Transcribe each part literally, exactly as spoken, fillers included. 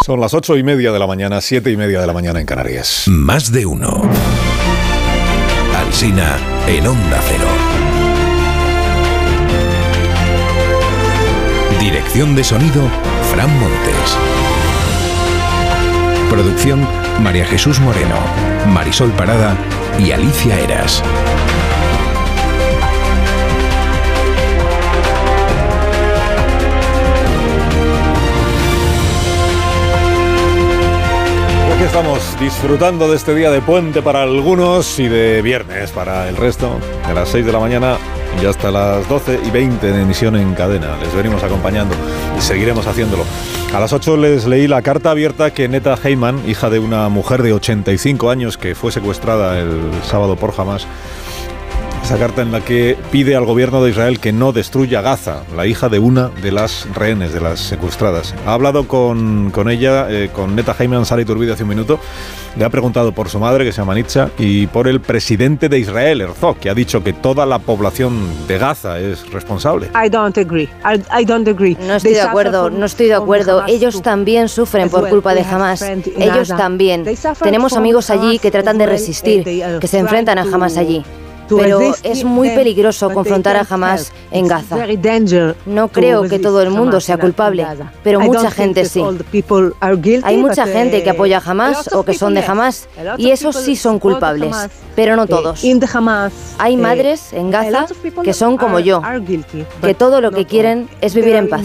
Son las ocho y media de la mañana, siete y media de la mañana en Canarias. Más de uno. Alsina en Onda Cero. Dirección de sonido, Fran Montes. Producción, María Jesús Moreno, Marisol Parada y Alicia Eras. Aquí estamos disfrutando de este día de puente para algunos y de viernes para el resto, de las seis de la mañana y hasta las doce y veinte de emisión en cadena. Les venimos acompañando y seguiremos haciéndolo. A las ocho les leí la carta abierta que Netta Heyman, hija de una mujer de ochenta y cinco años que fue secuestrada el sábado por Hamas, esa carta en la que pide al gobierno de Israel que no destruya Gaza, la hija de una de las rehenes, de las secuestradas. Ha hablado con, con ella, eh, con Netta Heyman, Sara Iturbide, hace un minuto. Le ha preguntado por su madre, que se llama Nitza, y por el presidente de Israel, Herzog, que ha dicho que toda la población de Gaza es responsable. I don't agree. I, I don't agree. No estoy de acuerdo, no estoy de acuerdo. Ellos también sufren por culpa de Hamas. Ellos también. Tenemos amigos allí que tratan de resistir, que se enfrentan a Hamas allí. Pero es muy peligroso confrontar a Hamas en Gaza. No creo que todo el mundo sea culpable, pero mucha gente sí. Hay mucha gente que apoya a Hamas o que son de Hamas, y esos sí son culpables, pero no todos. Hay madres en Gaza que son como yo, que todo lo que quieren es vivir en paz.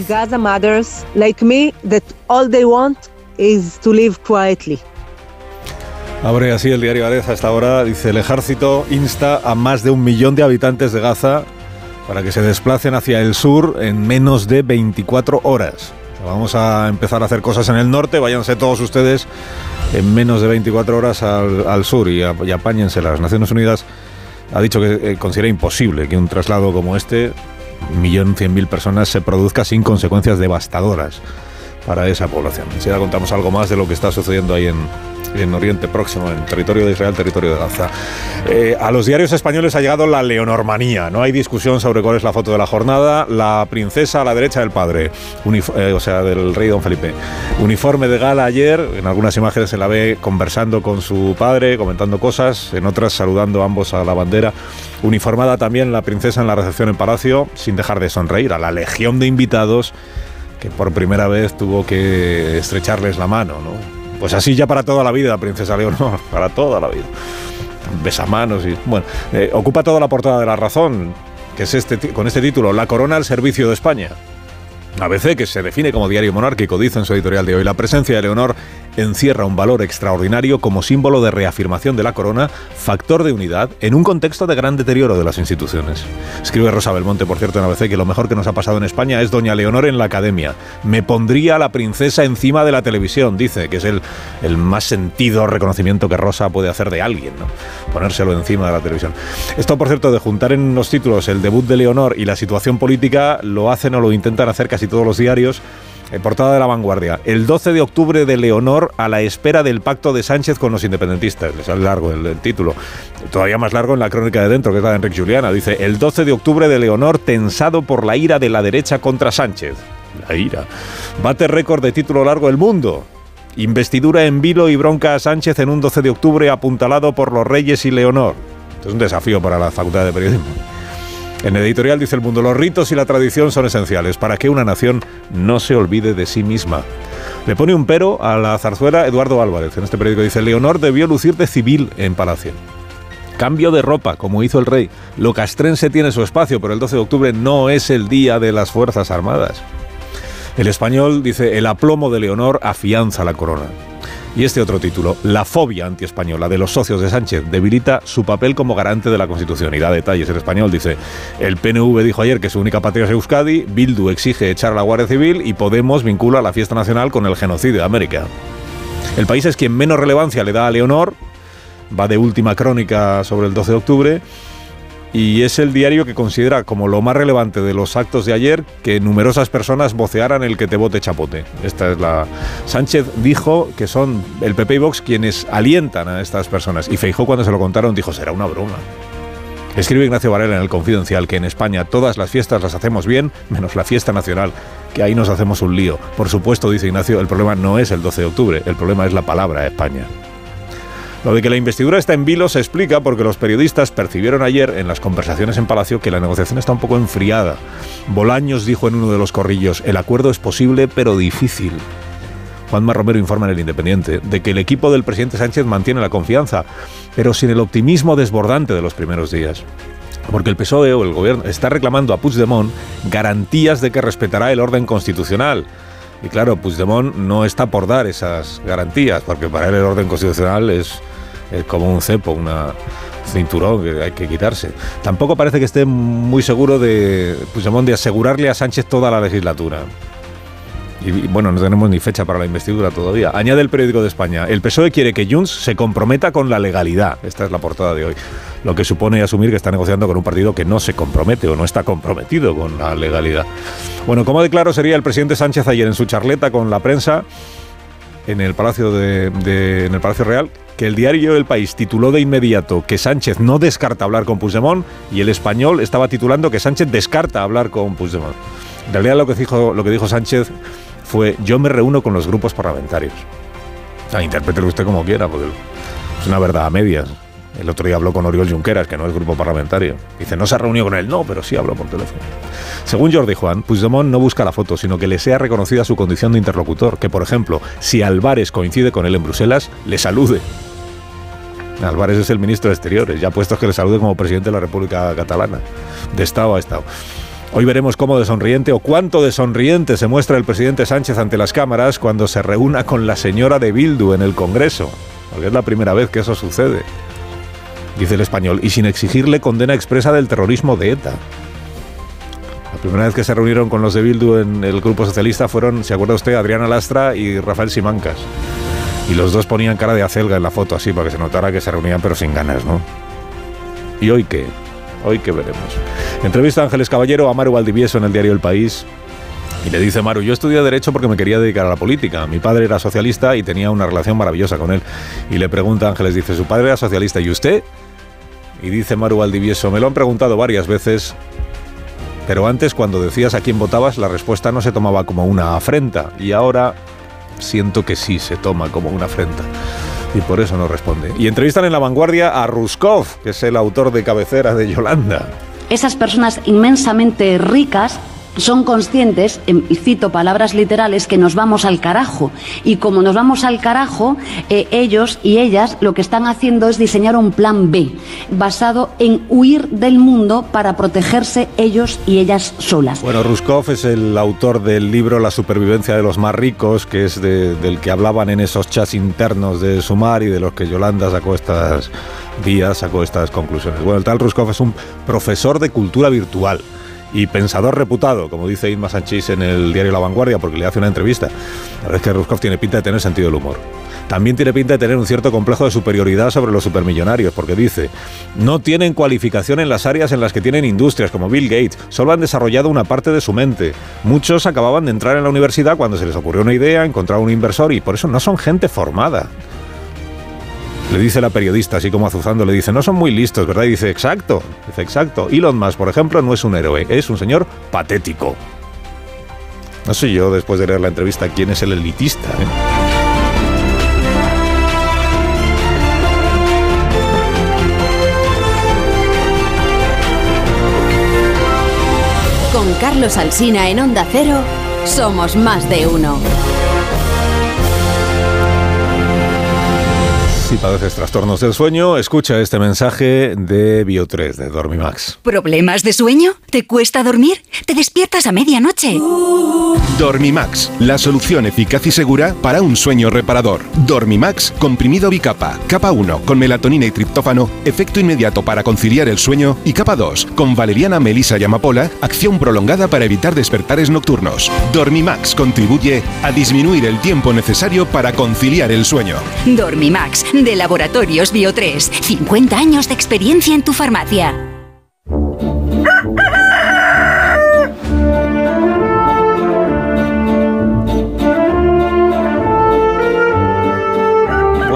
Abre así el diario Ares a esta hora. Dice: el ejército insta a más de un millón de habitantes de Gaza para que se desplacen hacia el sur en menos de veinticuatro horas. O sea, vamos a empezar a hacer cosas en el norte, váyanse todos ustedes en menos de veinticuatro horas al, al sur y, a, y apáñense. Las Naciones Unidas ha dicho que eh, considera imposible que un traslado como este, un millón cien mil personas, se produzca sin consecuencias devastadoras para esa población. Si ahora contamos algo más de lo que está sucediendo ahí en, en Oriente Próximo, en territorio de Israel, territorio de Gaza. Eh, a los diarios españoles ha llegado la leonormanía. No hay discusión sobre cuál es la foto de la jornada. La princesa a la derecha del padre, Unif- eh, o sea, del rey don Felipe. Uniforme de gala ayer. En algunas imágenes se la ve conversando con su padre, comentando cosas. En otras saludando ambos a la bandera. Uniformada también la princesa en la recepción en Palacio, sin dejar de sonreír a la legión de invitados que por primera vez tuvo que estrecharles la mano, ¿no? Pues así ya para toda la vida, princesa Leonor, para toda la vida. Besamanos y... Bueno, eh, ocupa toda la portada de La Razón, que es este con este título: La corona al servicio de España. A B C, que se define como diario monárquico, dice en su editorial de hoy: la presencia de Leonor encierra un valor extraordinario como símbolo de reafirmación de la corona, factor de unidad, en un contexto de gran deterioro de las instituciones. Escribe Rosa Belmonte, por cierto, en A B C, que lo mejor que nos ha pasado en España es doña Leonor en la academia. Me pondría a la princesa encima de la televisión, dice, que es el, el más sentido reconocimiento que Rosa puede hacer de alguien, ¿no? Ponérselo encima de la televisión. Esto, por cierto, de juntar en los títulos el debut de Leonor y la situación política, lo hacen o lo intentan hacer casi todos los diarios. En portada de La Vanguardia: el doce de octubre de Leonor a la espera del pacto de Sánchez con los independentistas. Les sale largo el, el título. Todavía más largo en la crónica de dentro, que es la de Enrique Juliana. Dice: el doce de octubre de Leonor tensado por la ira de la derecha contra Sánchez. La ira. Bate récord de título largo El Mundo. Investidura en vilo y bronca a Sánchez en un doce de octubre apuntalado por los Reyes y Leonor. Esto es un desafío para la Facultad de Periodismo. En el editorial dice El Mundo: los ritos y la tradición son esenciales para que una nación no se olvide de sí misma. Le pone un pero a la zarzuela Eduardo Álvarez. En este periódico dice: Leonor debió lucir de civil en Palacio. Cambio de ropa, como hizo el rey. Lo castrense tiene su espacio, pero el doce de octubre no es el día de las Fuerzas Armadas. El Español dice: el aplomo de Leonor afianza la corona. Y este otro título: la fobia antiespañola de los socios de Sánchez debilita su papel como garante de la Constitución. Y da detalles. El Español dice: el P N V dijo ayer que su única patria es Euskadi, Bildu exige echar a la Guardia Civil y Podemos vincula la fiesta nacional con el genocidio de América. El País es quien menos relevancia le da a Leonor. Va de última crónica sobre el doce de octubre. Y es el diario que considera como lo más relevante de los actos de ayer que numerosas personas vocearan el que te vote chapote. Esta es la... Sánchez dijo que son el P P y Vox quienes alientan a estas personas. Y Feijóo, cuando se lo contaron, dijo: será una broma. Escribe Ignacio Varela en El Confidencial que en España todas las fiestas las hacemos bien, menos la fiesta nacional, que ahí nos hacemos un lío. Por supuesto, dice Ignacio, el problema no es el doce de octubre, el problema es la palabra España. Lo de que la investidura está en vilo se explica porque los periodistas percibieron ayer en las conversaciones en Palacio que la negociación está un poco enfriada. Bolaños dijo en uno de los corrillos, el acuerdo es posible pero difícil. Juanma Romero informa en El Independiente de que el equipo del presidente Sánchez mantiene la confianza, pero sin el optimismo desbordante de los primeros días. Porque el P S O E o el gobierno está reclamando a Puigdemont garantías de que respetará el orden constitucional. Y claro, Puigdemont no está por dar esas garantías, porque para él el orden constitucional es, es como un cepo, una cinturón que hay que quitarse. Tampoco parece que esté muy seguro de Puigdemont de asegurarle a Sánchez toda la legislatura. Y bueno, no tenemos ni fecha para la investidura todavía. Añade el Periódico de España, el P S O E quiere que Junts se comprometa con la legalidad. Esta es la portada de hoy. Lo que supone asumir que está negociando con un partido que no se compromete o no está comprometido con la legalidad. Bueno, como declaró sería el presidente Sánchez ayer en su charleta con la prensa en el Palacio de, de, en el Palacio Real, que el diario El País tituló de inmediato que Sánchez no descarta hablar con Puigdemont y El Español estaba titulando que Sánchez descarta hablar con Puigdemont. En realidad lo que dijo, lo que dijo Sánchez fue, yo me reúno con los grupos parlamentarios. Ah, interprételo usted como quiera, porque es una verdad a medias. El otro día habló con Oriol Junqueras, que no es grupo parlamentario. Dice, no se ha reunido con él. No, pero sí habló por teléfono. Según Jordi Juan, Puigdemont no busca la foto, sino que le sea reconocida su condición de interlocutor. Que, por ejemplo, si Álvarez coincide con él en Bruselas, le salude. Álvarez es el ministro de Exteriores, ya puestos que le salude como presidente de la República Catalana. De Estado a Estado. Hoy veremos cómo de sonriente o cuánto de sonriente se muestra el presidente Sánchez ante las cámaras cuando se reúna con la señora de Bildu en el Congreso, porque es la primera vez que eso sucede. Dice El Español, y sin exigirle condena expresa del terrorismo de ETA. La primera vez que se reunieron con los de Bildu en el Grupo Socialista fueron, ¿se acuerda usted?, Adriana Lastra y Rafael Simancas. Y los dos ponían cara de acelga en la foto, así, para que se notara que se reunían pero sin ganas, ¿no? ¿Y hoy qué? Hoy qué veremos. Entrevista a Ángeles Caballero a Maru Valdivieso en el diario El País. Y le dice Maru, yo estudié Derecho porque me quería dedicar a la política. Mi padre era socialista y tenía una relación maravillosa con él. Y le pregunta a Ángeles, dice, ¿su padre era socialista y usted? Y dice Maru Valdivieso, me lo han preguntado varias veces, pero antes cuando decías a quién votabas, la respuesta no se tomaba como una afrenta. Y ahora siento que sí se toma como una afrenta. Y por eso no responde. Y entrevistan en La Vanguardia a Ruskov, que es el autor de cabecera de Yolanda. Esas personas inmensamente ricas son conscientes, y cito palabras literales, que nos vamos al carajo. Y como nos vamos al carajo, eh, ellos y ellas lo que están haciendo es diseñar un plan B, basado en huir del mundo para protegerse ellos y ellas solas. Bueno, Ruskov es el autor del libro La supervivencia de los más ricos, que es de, del que hablaban en esos chats internos de Sumar y de los que Yolanda sacó estas días, sacó estas conclusiones. Bueno, el tal Ruskov es un profesor de cultura virtual y pensador reputado, como dice Inma Sanchís en el diario La Vanguardia, porque le hace una entrevista. La verdad es que Ruskov tiene pinta de tener sentido del humor. También tiene pinta de tener un cierto complejo de superioridad sobre los supermillonarios, porque dice, no tienen cualificación en las áreas en las que tienen industrias, como Bill Gates, solo han desarrollado una parte de su mente. Muchos acababan de entrar en la universidad cuando se les ocurrió una idea, encontraron un inversor y por eso no son gente formada. Le dice la periodista, así como azuzando, le dice, no son muy listos, ¿verdad? Y dice, exacto, dice, exacto. Elon Musk, por ejemplo, no es un héroe, es un señor patético. No sé yo, después de leer la entrevista, quién es el elitista, ¿eh? Con Carlos Alsina en Onda Cero, somos más de uno. Si padeces trastornos del sueño, escucha este mensaje de Bio tres, de Dormimax. ¿Problemas de sueño? ¿Te cuesta dormir? ¿Te despiertas a medianoche? Dormimax, la solución eficaz y segura para un sueño reparador. Dormimax, comprimido bicapa. Capa uno, con melatonina y triptófano, efecto inmediato para conciliar el sueño. Y capa dos, con valeriana, melisa y amapola, acción prolongada para evitar despertares nocturnos. Dormimax contribuye a disminuir el tiempo necesario para conciliar el sueño. Dormimax, de Laboratorios Bio tres. cincuenta años de experiencia en tu farmacia.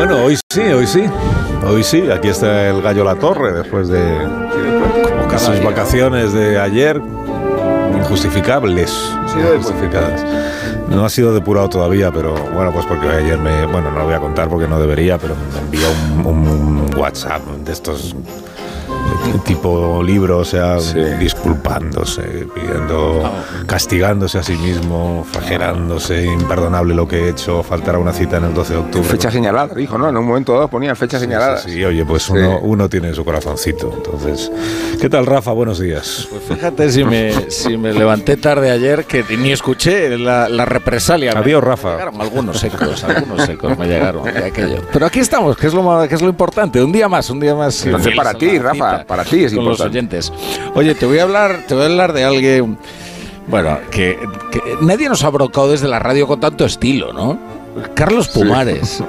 Bueno, hoy sí, hoy sí. Hoy sí, aquí está el Gallo La Torre, después de como sus vacaciones de ayer, injustificables, sí, injustificadas. No ha sido depurado todavía, pero bueno, pues porque ayer me... Bueno, no lo voy a contar porque no debería, pero me envió un, un WhatsApp de estos... tipo libro, o sea, sí. disculpándose, pidiendo, oh. castigándose a sí mismo, flagelándose, imperdonable lo que he hecho, faltará una cita en el doce de octubre. Fecha señalada, dijo, ¿no? En un momento dado ponía fecha sí, señalada. Sí, sí, oye, pues sí. uno, uno tiene su corazoncito, entonces... ¿Qué tal, Rafa? Buenos días. Pues fíjate si me, si me levanté tarde ayer que ni escuché la, la represalia. Adiós, me, Rafa. Me llegaron algunos secos, algunos secos me llegaron de aquello. Pero aquí estamos, que es lo, que es lo importante, un día más, un día más. Entonces para ti, Rafa, para ti es con importante. Los oyentes. Oye, te voy a hablar, te voy a hablar de alguien, bueno, que, que nadie nos ha brocado desde la radio con tanto estilo, ¿no? Carlos Pumares. Sí.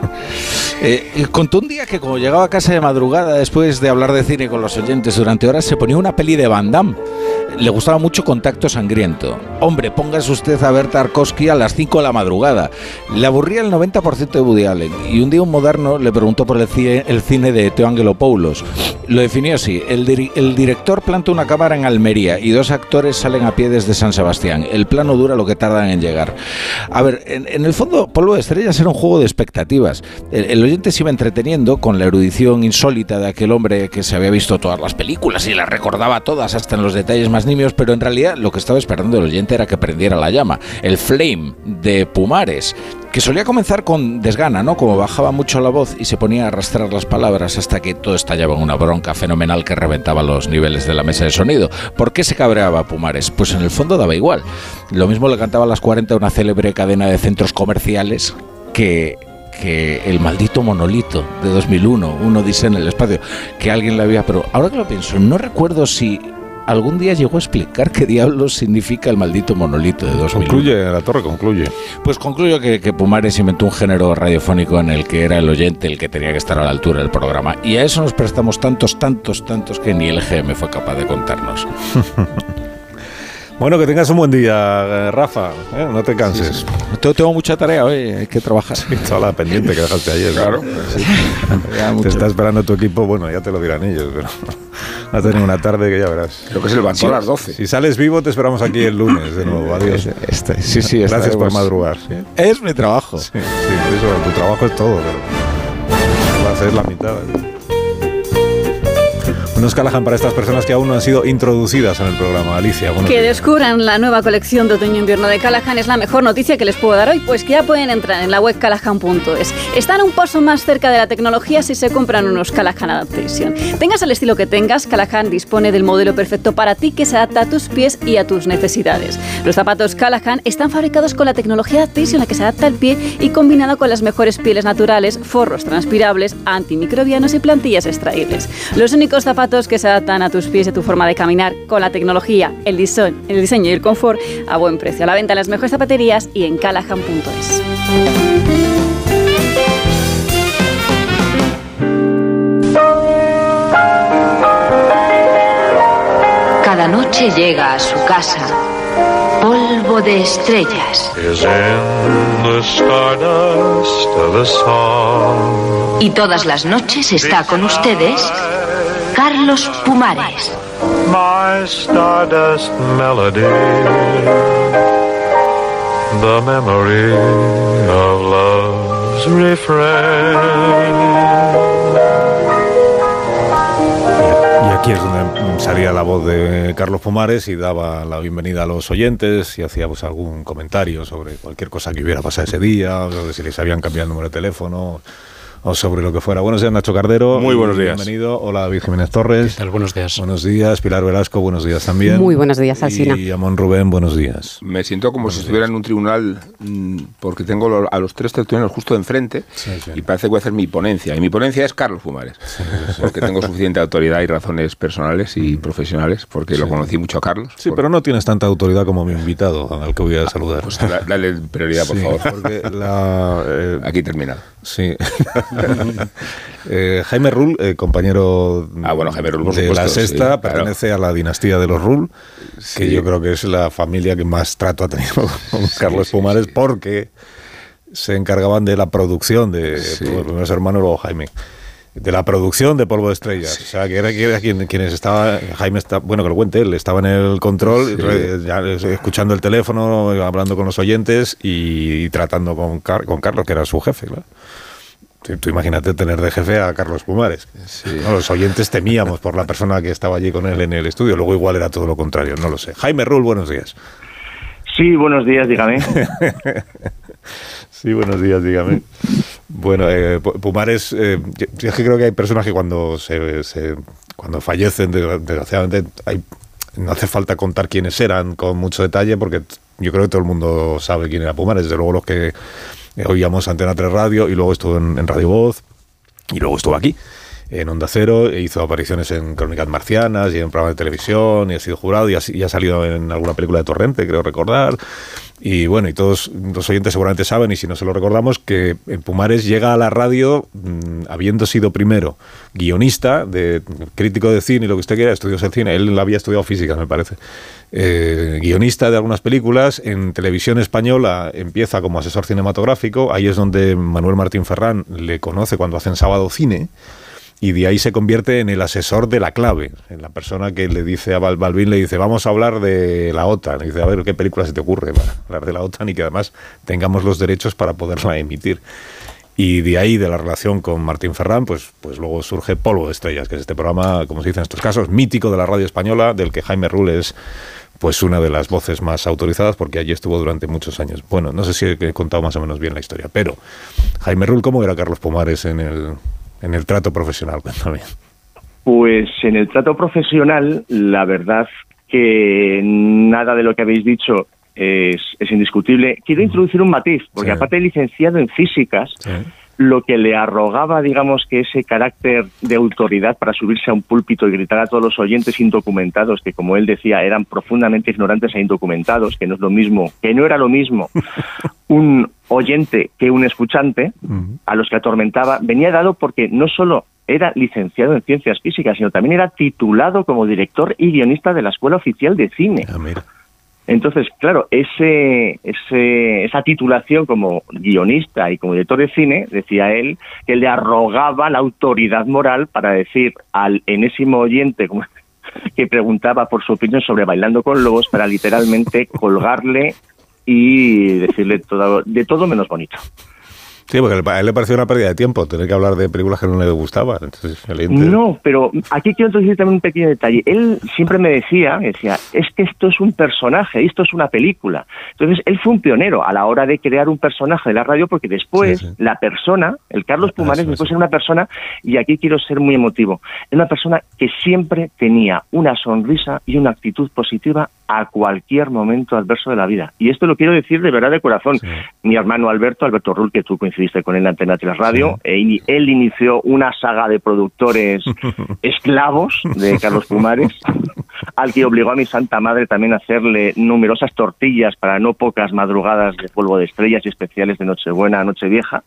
Eh, contó un día que como llegaba a casa de madrugada después de hablar de cine con los oyentes durante horas, se ponía una peli de Van Damme. Le gustaba mucho Contacto Sangriento. Hombre, póngase usted a ver Tarkovsky a las cinco de la madrugada. Le aburría el noventa por ciento de Woody Allen. Y un día un moderno le preguntó por el cine, el cine de Teo Angelopoulos. Lo definió así: el, di- el director planta una cámara en Almería y dos actores salen a pie desde San Sebastián. El plano dura lo que tardan en llegar. A ver, en, en el fondo, Polvo de Estrellas era un juego de expectativas. El, el oyente se iba entreteniendo con la erudición insólita de aquel hombre que se había visto todas las películas y las recordaba todas hasta en los detalles más nimios, pero en realidad lo que estaba esperando el oyente era que prendiera la llama, el flame de Pumares, que solía comenzar con desgana, ¿no? Como bajaba mucho la voz y se ponía a arrastrar las palabras hasta que todo estallaba en una bronca fenomenal que reventaba los niveles de la mesa de sonido. ¿Por qué se cabreaba Pumares? Pues en el fondo daba igual. Lo mismo le cantaba a las cuarenta una célebre cadena de centros comerciales que... que el maldito monolito de dos mil uno, un Odisea en el espacio, que alguien le había... Pero ahora que lo pienso, no recuerdo si algún día llegó a explicar qué diablos significa el maldito monolito de dos mil uno. Concluye, La Torre concluye. Pues concluyo que, que Pumares inventó un género radiofónico en el que era el oyente el que tenía que estar a la altura del programa. Y a eso nos prestamos tantos, tantos, tantos que ni el G M fue capaz de contarnos. Bueno, que tengas un buen día, Rafa, ¿eh? No te canses. Sí, sí. Tengo, tengo mucha tarea hoy, hay que trabajar. Sí, toda la pendiente que dejaste ayer. Claro. Sí. Te está esperando tu equipo, bueno, ya te lo dirán ellos, pero va a tener una tarde que ya verás. Creo que se levantó sí, a las doce. Si sales vivo, te esperamos aquí el lunes de nuevo. Adiós. Este, sí, sí, gracias por madrugar. ¿Sí? Es mi trabajo. Sí, sí, eso, tu trabajo es todo, pero va a ser la mitad. Unos Callahan para estas personas que aún no han sido introducidas en el programa. Alicia, buenos Que días. descubran la nueva colección de otoño-invierno de Callahan es la mejor noticia que les puedo dar hoy, pues que ya pueden entrar en la web callahan punto es. Están un paso más cerca de la tecnología si se compran unos Callahan Adaptation. Tengas el estilo que tengas, Callahan dispone del modelo perfecto para ti que se adapta a tus pies y a tus necesidades. Los zapatos Callahan están fabricados con la tecnología Adaptation, la que se adapta al pie y combinada con las mejores pieles naturales, forros transpirables, antimicrobianos y plantillas extraíbles. Los únicos zapatos que se adaptan a tus pies y a tu forma de caminar con la tecnología, el diseño, el diseño y el confort a buen precio. A la venta en las mejores zapaterías y en callahan punto es. Cada noche llega a su casa Polvo de Estrellas. Y todas las noches está con ustedes Carlos Pumares. My Stardust Melody, the memory of love's refrain. Y aquí es donde salía la voz de Carlos Pumares y daba la bienvenida a los oyentes y hacía pues, algún comentario sobre cualquier cosa que hubiera pasado ese día, sobre si les habían cambiado el número de teléfono o sobre lo que fuera. Buenos días, Nacho Cardero. Muy buenos días. Bienvenido. Hola, David Jiménez Torres. ¿Qué tal? Buenos días. Buenos días. Pilar Velasco, buenos días también. Muy buenos días, Alsina. Y Amón Rubén, buenos días. Me siento como buenos si estuviera días. en un tribunal mmm, porque tengo a los tres tertulianos justo de enfrente sí, sí. y parece que voy a hacer mi ponencia. Y mi ponencia es Carlos Pumares. Sí, sí, sí. Porque tengo suficiente autoridad y razones personales y profesionales, porque sí. lo conocí mucho a Carlos. Sí, porque... pero no tienes tanta autoridad como mi invitado, al que voy a saludar. Pues da, dale prioridad, por sí, favor. Porque la, eh, Aquí termina. Sí. eh, Jaime Rull, eh, compañero ah, bueno, Jaime Rull, por de supuesto, La Sexta, sí, pertenece claro. a la dinastía de los Rull, sí. que yo creo que es la familia que más trato ha tenido con Carlos sí, Pumares, sí, sí. porque se encargaban de la producción de sí. los primeros hermanos, luego Jaime, de la producción de Polvo de Estrellas. Sí. O sea, que era, que era quien, quienes estaba, Jaime, está, bueno, que lo cuente él, estaba en el control, sí. re, ya, escuchando el teléfono, hablando con los oyentes y, y tratando con, Car, con Carlos, que era su jefe, claro. Tú, tú imagínate tener de jefe a Carlos Pumares. Sí. No, los oyentes temíamos por la persona que estaba allí con él en el estudio, luego igual era todo lo contrario, no lo sé. Jaime Rull, buenos días. Sí, buenos días, dígame. Sí, buenos días, dígame. Bueno, eh, Pumares, eh, yo es que creo que hay personas que cuando se, se cuando fallecen, desgraciadamente, hay, no hace falta contar quiénes eran con mucho detalle, porque yo creo que todo el mundo sabe quién era Pumares, desde luego los que oíamos Antena tres Radio, y luego estuvo en, en Radio Voz, y luego estuvo aquí, en Onda Cero, e hizo apariciones en Crónicas Marcianas y en programas de televisión, y ha sido jurado, y ha, y ha salido en alguna película de Torrente, creo recordar. Y bueno, y todos los oyentes seguramente saben, y si no se lo recordamos, que Pumares llega a la radio mmm, habiendo sido primero guionista, de crítico de cine y lo que usted quiera, estudios de cine. Él había estudiado física, me parece. Eh, guionista de algunas películas. En Televisión Española empieza como asesor cinematográfico. Ahí es donde Manuel Martín Ferrán le conoce cuando hacen Sábado Cine. Y de ahí se convierte en el asesor de La Clave, en la persona que le dice a Val, Balbín, le dice, vamos a hablar de la OTAN. Le dice, a ver, ¿qué película se te ocurre para hablar de la OTAN y que además tengamos los derechos para poderla emitir? Y de ahí, de la relación con Martín Ferrán, pues, pues luego surge Polvo de Estrellas, que es este programa, como se dice en estos casos, mítico de la radio española, del que Jaime Rull es pues una de las voces más autorizadas, porque allí estuvo durante muchos años. Bueno, no sé si he contado más o menos bien la historia, pero Jaime Rull, ¿cómo era Carlos Pumares en el... en el trato profesional? Cuéntame. Pues en el trato profesional, la verdad que nada de lo que habéis dicho es, es indiscutible. Quiero introducir un matiz, porque sí. aparte de licenciado en físicas, sí. lo que le arrogaba, digamos, que ese carácter de autoridad para subirse a un púlpito y gritar a todos los oyentes indocumentados, que como él decía, eran profundamente ignorantes e indocumentados, que no es lo mismo, que no era lo mismo un oyente que un escuchante, uh-huh. a los que atormentaba, venía dado porque no solo era licenciado en ciencias físicas, sino también era titulado como director y guionista de la Escuela Oficial de Cine. Ah, mira. Entonces, claro, ese, ese, esa titulación como guionista y como director de cine, decía él, que le arrogaba la autoridad moral para decir al enésimo oyente como que preguntaba por su opinión sobre Bailando con Lobos, para literalmente colgarle y decirle todo, de todo menos bonito. Sí, porque a él le pareció una pérdida de tiempo tener que hablar de películas que no le gustaban. Entonces, el no, pero aquí quiero introducir también un pequeño detalle. Él siempre me decía, decía, es que esto es un personaje, esto es una película. Entonces, él fue un pionero a la hora de crear un personaje de la radio, porque después sí, sí. la persona, el Carlos Pumares, eso, después eso. era una persona, y aquí quiero ser muy emotivo, era una persona que siempre tenía una sonrisa y una actitud positiva a cualquier momento adverso de la vida. Y esto lo quiero decir de verdad de corazón. Sí. Mi hermano Alberto, Alberto Rull, que tú coincidiste con él en Antena tres Radio, sí. e él inició una saga de productores esclavos de Carlos Pumares, al que obligó a mi santa madre también a hacerle numerosas tortillas para no pocas madrugadas de Polvo de Estrellas y especiales de Nochebuena a Nochevieja.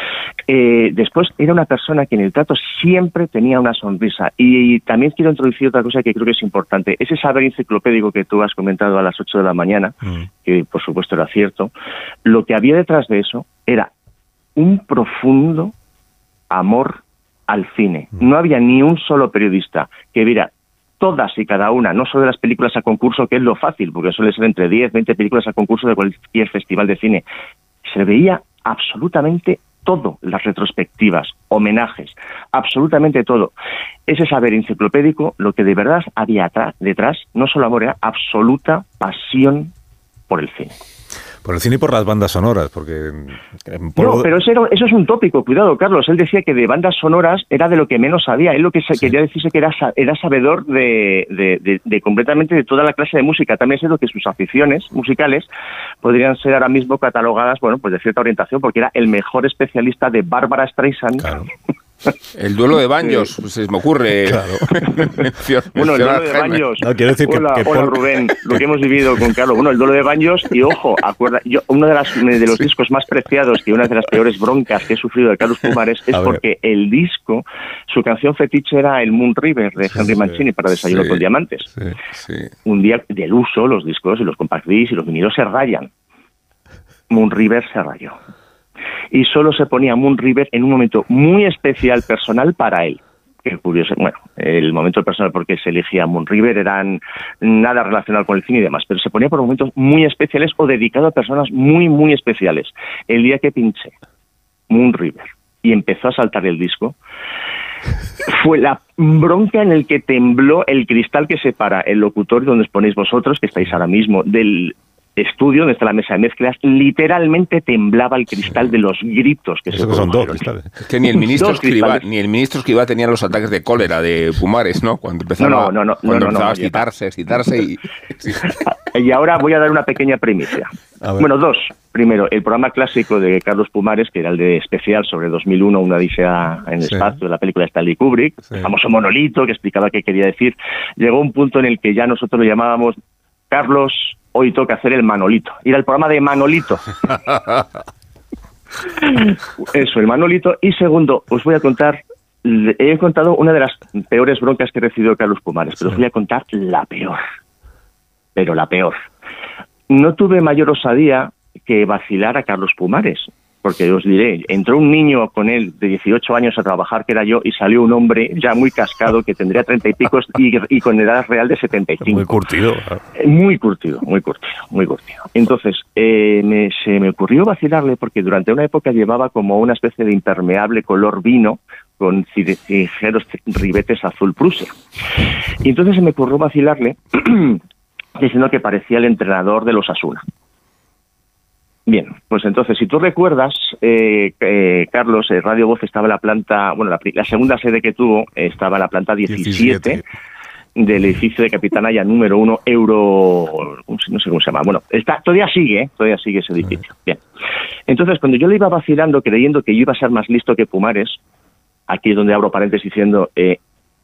Eh, después era una persona que en el trato siempre tenía una sonrisa. Y, y también quiero introducir otra cosa que creo que es importante. Ese saber enciclopédico que tú has comentado a las ocho de la mañana, mm. que por supuesto era cierto, lo que había detrás de eso era un profundo amor al cine. Mm. No había ni un solo periodista que viera todas y cada una, no solo de las películas a concurso, que es lo fácil, porque suele ser entre diez, veinte películas a concurso de cualquier festival de cine. Se veía absolutamente todo, las retrospectivas, homenajes, absolutamente todo. Ese saber enciclopédico, lo que de verdad había atrás, detrás, no solo amor, era absoluta pasión por el cine. Por el cine y por las bandas sonoras, porque... En Polvo... No, pero eso, era, eso es un tópico, cuidado, Carlos. Él decía que de bandas sonoras era de lo que menos sabía. Él lo que sí. quería decirse que era, era sabedor de, de, de, de completamente de toda la clase de música. También sé lo que sus aficiones musicales podrían ser ahora mismo catalogadas, bueno, pues de cierta orientación, porque era el mejor especialista de Bárbara Streisand. Claro. El duelo de banjos, pues se me ocurre. Claro. Bueno, el duelo de banjos. No, quiero decir hola, que, que hola Rubén, lo que hemos vivido con Carlos. Bueno, el duelo de banjos, y ojo, acuerda, yo uno de, las, de los sí. discos más preciados y una de las peores broncas que he sufrido de Carlos Pumares es porque el disco, su canción fetiche era el Moon River de Henry sí, Mancini para Desayuno sí, con Diamantes. Sí, sí. Un día del uso, los discos y los compact discs y los vinilos se rayan. Moon River se rayó. y solo se ponía Moon River en un momento muy especial personal para él. Que curioso, bueno, el momento personal porque se elegía Moon River eran nada relacionado con el cine y demás, pero se ponía por momentos muy especiales o dedicado a personas muy, muy especiales. El día que pinché Moon River y empezó a saltar el disco, fue la bronca en el que tembló el cristal que separa el locutorio donde os ponéis vosotros, que estáis ahora mismo, del estudio donde está la mesa de mezclas. Literalmente temblaba el cristal de los gritos que Eso se que son dos produjeron. cristales. Que ni el ministro Escrivá, ni el ministro Escrivá tenía los ataques de cólera de Pumares, ¿no? Cuando empezaba, no, no, no, no, cuando no, empezaba no, a excitarse, excitarse y... Y ahora voy a dar una pequeña primicia. Bueno, dos. Primero, el programa clásico de Carlos Pumares, que era el de especial sobre dos mil uno, una odisea en el Sí. espacio, de la película de Stanley Kubrick, Sí. el famoso monolito que explicaba qué quería decir. Llegó un punto en el que ya nosotros lo llamábamos Carlos, hoy toca hacer el Manolito. Ir al programa de Manolito. Eso, el Manolito. Y segundo, os voy a contar, he contado una de las peores broncas que he recibido de Carlos Pumares, pero os voy a contar la peor. Pero la peor. No tuve mayor osadía que vacilar a Carlos Pumares, porque os diré, entró un niño con él de dieciocho años a trabajar, que era yo, y salió un hombre ya muy cascado, que tendría treinta y pico y, y con edad real de setenta y cinco. Muy curtido. Muy curtido, muy curtido, muy curtido. Entonces, eh, me, se me ocurrió vacilarle porque durante una época llevaba como una especie de impermeable color vino con ligeros ribetes azul Prusia. Y entonces se me ocurrió vacilarle diciendo que parecía el entrenador de los Osasuna. Bien, pues entonces, si tú recuerdas, eh, eh, Carlos, eh, Radio Voz estaba en la planta, bueno, la, la segunda sede que tuvo eh, estaba en la planta diecisiete del edificio de Capitanaya número uno, Euro, no sé cómo se llama, bueno, está, todavía sigue, ¿eh? todavía sigue ese edificio. Bien, entonces, cuando yo le iba vacilando, creyendo que yo iba a ser más listo que Pumares, aquí es donde abro paréntesis diciendo... Eh,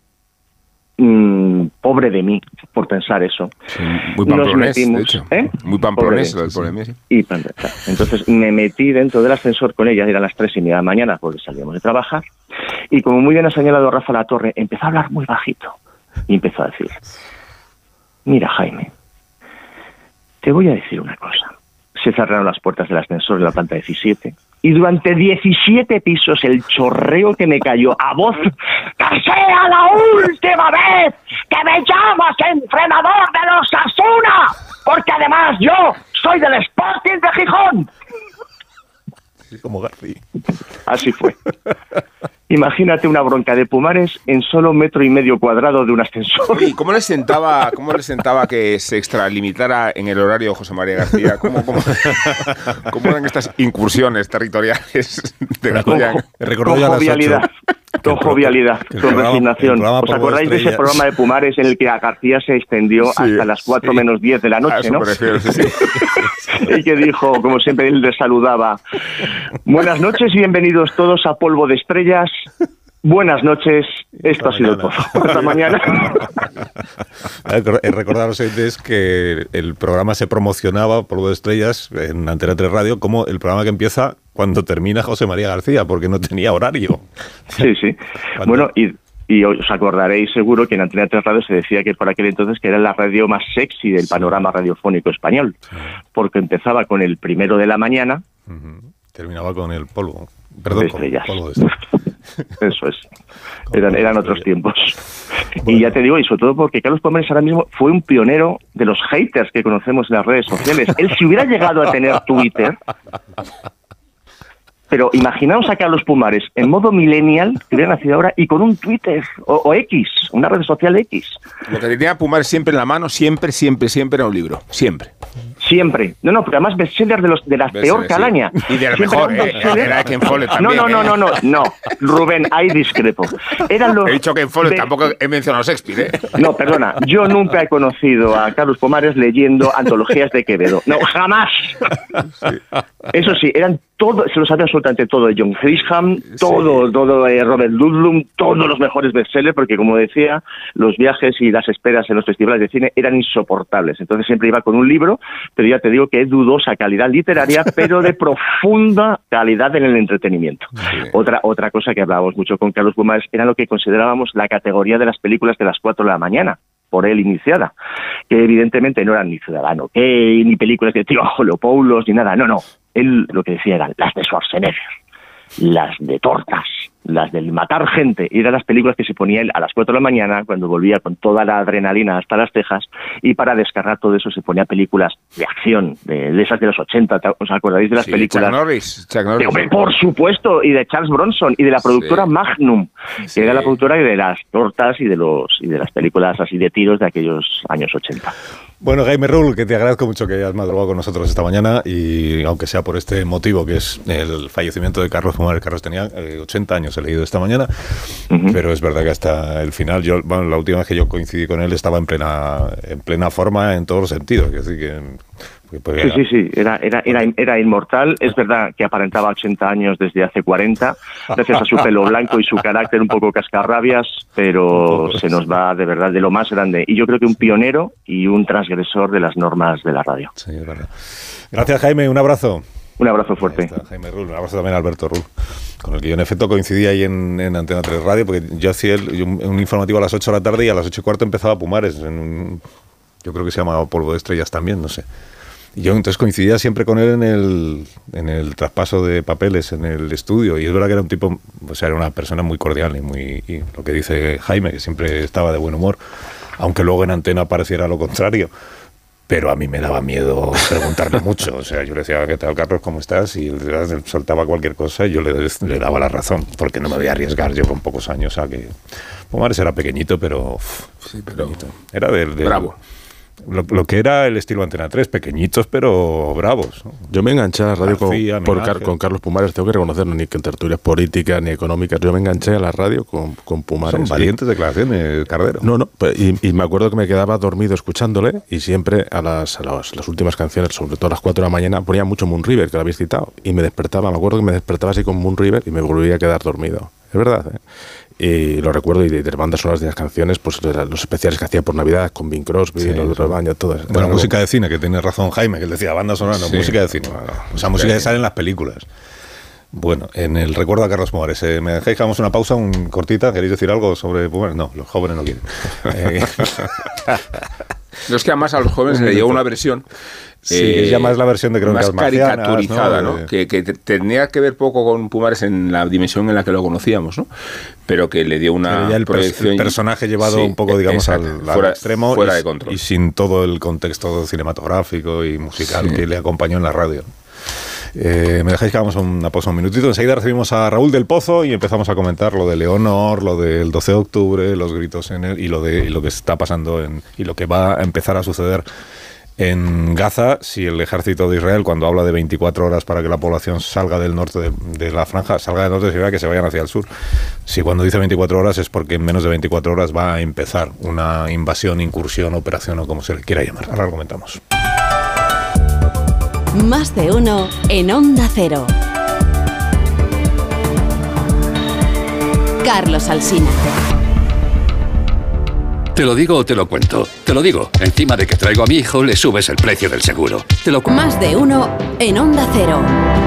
Mm, pobre de mí por pensar eso. Sí, muy pamplonés, de hecho. ¿eh? Muy pamplonés, el pobre de mí. Y entonces me metí dentro del ascensor con ella, eran las tres y media de la mañana porque salíamos de trabajar, y como muy bien ha señalado Rafa La Torre, empezó a hablar muy bajito y empezó a decir: mira, Jaime, te voy a decir una cosa. Se cerraron las puertas del ascensor en la planta diecisiete y durante diecisiete pisos el chorreo que me cayó a voz: ¡que sea la última vez que me llamas entrenador de los Osasuna! Porque además yo soy del Sporting de Gijón. Sí, como García. Así fue. Imagínate una bronca de Pumares en solo un metro y medio cuadrado de un ascensor. ¿Y cómo le sentaba, cómo le sentaba que se extralimitara en el horario José María García? ¿Cómo, cómo, cómo eran estas incursiones territoriales de García? Con jovialidad, con jovialidad, con resignación. ¿Os acordáis de ese programa de Pumares en el que a García se extendió sí, hasta las cuatro sí. menos diez de la noche, ¿no? Refiero, sí, sí. Y que dijo, como siempre él les saludaba: buenas noches y bienvenidos todos a Polvo de Estrellas. Buenas noches, esto ha sido todo. Hasta mañana. Recordar a los oyentes que el programa se promocionaba, Polvo de Estrellas, en Antena tres Radio, como el programa que empieza cuando termina José María García, porque no tenía horario. Sí, sí. ¿Cuándo? Bueno, y, y os acordaréis seguro que en Antena tres Radio se decía que por aquel entonces que era la radio más sexy del panorama radiofónico español, porque empezaba con el primero de la mañana. Uh-huh. Terminaba con el polvo. Perdón, con estrellas. Polvo de Estrellas. Eso es. Eran, eran otros tiempos. Bueno. Y ya te digo, y sobre todo porque Carlos Pumares ahora mismo fue un pionero de los haters que conocemos en las redes sociales. Él, si hubiera llegado a tener Twitter... Pero imaginaos a Carlos Pumares en modo millennial, que hubiera nacido ahora, y con un Twitter o, o X, una red social X. Lo que tenía Pumares siempre en la mano, siempre, siempre, siempre era un libro. Siempre. Siempre. No, no, pero además bestsellers de los de la peor calaña. Sí. Y de la mejor, eh, era Ken Follett también. No, no, no, no, no, no, Rubén, ahí discrepo. Eran los he dicho Ken Follett, de... tampoco he mencionado Shakespeare, ¿eh? No, perdona, yo nunca he conocido a Carlos Pumares leyendo antologías de Quevedo. No, jamás. Sí. Eso sí, eran todo, se lo sabía absolutamente todo de John Grisham, todo, sí. todo de Robert Ludlum, todos los mejores bestsellers, porque como decía, los viajes y las esperas en los festivales de cine eran insoportables. Entonces siempre iba con un libro, pero ya te digo que es dudosa calidad literaria, pero de profunda calidad en el entretenimiento. Sí. Otra otra cosa que hablábamos mucho con Carlos Pumares era lo que considerábamos la categoría de las películas de las cuatro de la mañana, por él iniciada, que evidentemente no eran ni Ciudadano Kane, ni películas de Tío Leopoulos, ni nada, no, no. él lo que decía eran las de Schwarzenegger, las de tortas, las del matar gente, y eran las películas que se ponía él a las cuatro de la mañana cuando volvía con toda la adrenalina hasta las cejas, y para descargar todo eso se ponía películas de acción, de, de esas de los ochenta, ¿os acordáis de las sí, películas? Chuck Norris, Chuck Norris. De, por supuesto, y de Charles Bronson, y de la productora sí. Magnum, que sí. era la productora de las tortas y de los y de las películas así de tiros de aquellos años ochenta. Bueno, Jaime Rull, que te agradezco mucho que hayas madrugado con nosotros esta mañana, y aunque sea por este motivo, que es el fallecimiento de Carlos Pumares. Carlos tenía eh, ochenta años, he leído esta mañana, uh-huh. pero es verdad que hasta el final, yo bueno, la última vez que yo coincidí con él estaba en plena en plena forma en todos los sentidos. Es decir, que, pues sí, sí, sí, era, era, era, era inmortal. Es verdad que aparentaba ochenta años desde hace cuarenta, gracias a su pelo blanco y su carácter un poco cascarrabias, pero se nos va de verdad de lo más grande. Y yo creo que un pionero y un transgresor de las normas de la radio. Sí, es verdad. Gracias, Jaime, un abrazo. Un abrazo fuerte. Está, Jaime Rull, un abrazo también a Alberto Rull, con el que yo en efecto coincidí ahí en, en Antena tres Radio, porque yo hacía el, un, un informativo a las ocho de la tarde y a las ocho y cuarto empezaba Pumares, en un, yo creo que se llamaba Polvo de Estrellas también, no sé. Y yo entonces coincidía siempre con él en el, en el traspaso de papeles en el estudio, y es verdad que era un tipo, o sea, era una persona muy cordial y muy, y lo que dice Jaime, que siempre estaba de buen humor, aunque luego en Antena pareciera lo contrario. Pero a mí me daba miedo preguntarle mucho. O sea, yo le decía, ¿qué tal, Carlos? ¿Cómo estás? Y él soltaba cualquier cosa y yo le, le daba la razón, porque no me voy a arriesgar yo con pocos años a que... Pumares era pequeñito, pero... Uf, sí, pero pequeñito. Era del... del bravo. Lo, lo que era el estilo Antena tres, pequeñitos pero bravos, ¿no? Yo me enganché a la radio García, con, por Car, con Carlos Pumares, tengo que reconocerlo, ni en tertulias políticas ni económicas. Yo me enganché a la radio con, con Pumares. Son valientes declaraciones, Cardero. No, no, y, y me acuerdo que me quedaba dormido escuchándole, y siempre a las, a las, las últimas canciones, sobre todo a las cuatro de la mañana, ponía mucho Moon River, que lo habéis citado, y me despertaba, me acuerdo que me despertaba así con Moon River y me volvía a quedar dormido. Es verdad, ¿eh? Y lo recuerdo, y de, de bandas sonoras de las canciones, pues los especiales que hacía por Navidad con Bing Crosby, sí, los de Rebaño, todo eso. Bueno, música de cine, que tiene razón Jaime, que él decía banda sonora, no, sí, música de cine. Bueno, o sea, música que sale en las películas. Bueno, en el recuerdo a Carlos Pumares, eh, ¿me dejáis que hagamos una pausa, un cortita? ¿Queréis decir algo sobre Pumares? No, los jóvenes no quieren. eh, no, es que además a los jóvenes le dio una versión. Sí, eh, ya más la versión de Crónicas más caricaturizada, ¿no? ¿no? Que, que tenía que ver poco con Pumares en la dimensión en la que lo conocíamos, ¿no? Pero que le dio una el, proyección. El personaje llevado sí, un poco, digamos, al, al fuera, extremo fuera y, de control. Y sin todo el contexto cinematográfico y musical sí. que le acompañó en la radio. Eh, me dejáis que hagamos una pausa un minutito. Enseguida recibimos a Raúl del Pozo y empezamos a comentar lo de Leonor, lo del doce de octubre, los gritos en él y lo de y lo que está pasando en, y lo que va a empezar a suceder en Gaza, si el ejército de Israel, cuando habla de veinticuatro horas para que la población salga del norte de, de la franja, salga del norte de Siria, que se vayan hacia el sur. Si cuando dice veinticuatro horas es porque en menos de veinticuatro horas va a empezar una invasión, incursión, operación o como se le quiera llamar. Ahora lo comentamos. Más de uno en Onda Cero. Carlos Alsina. Te lo digo o te lo cuento. Te lo digo. Encima de que traigo a mi hijo, le subes el precio del seguro. Te lo cu- Más de uno en Onda Cero.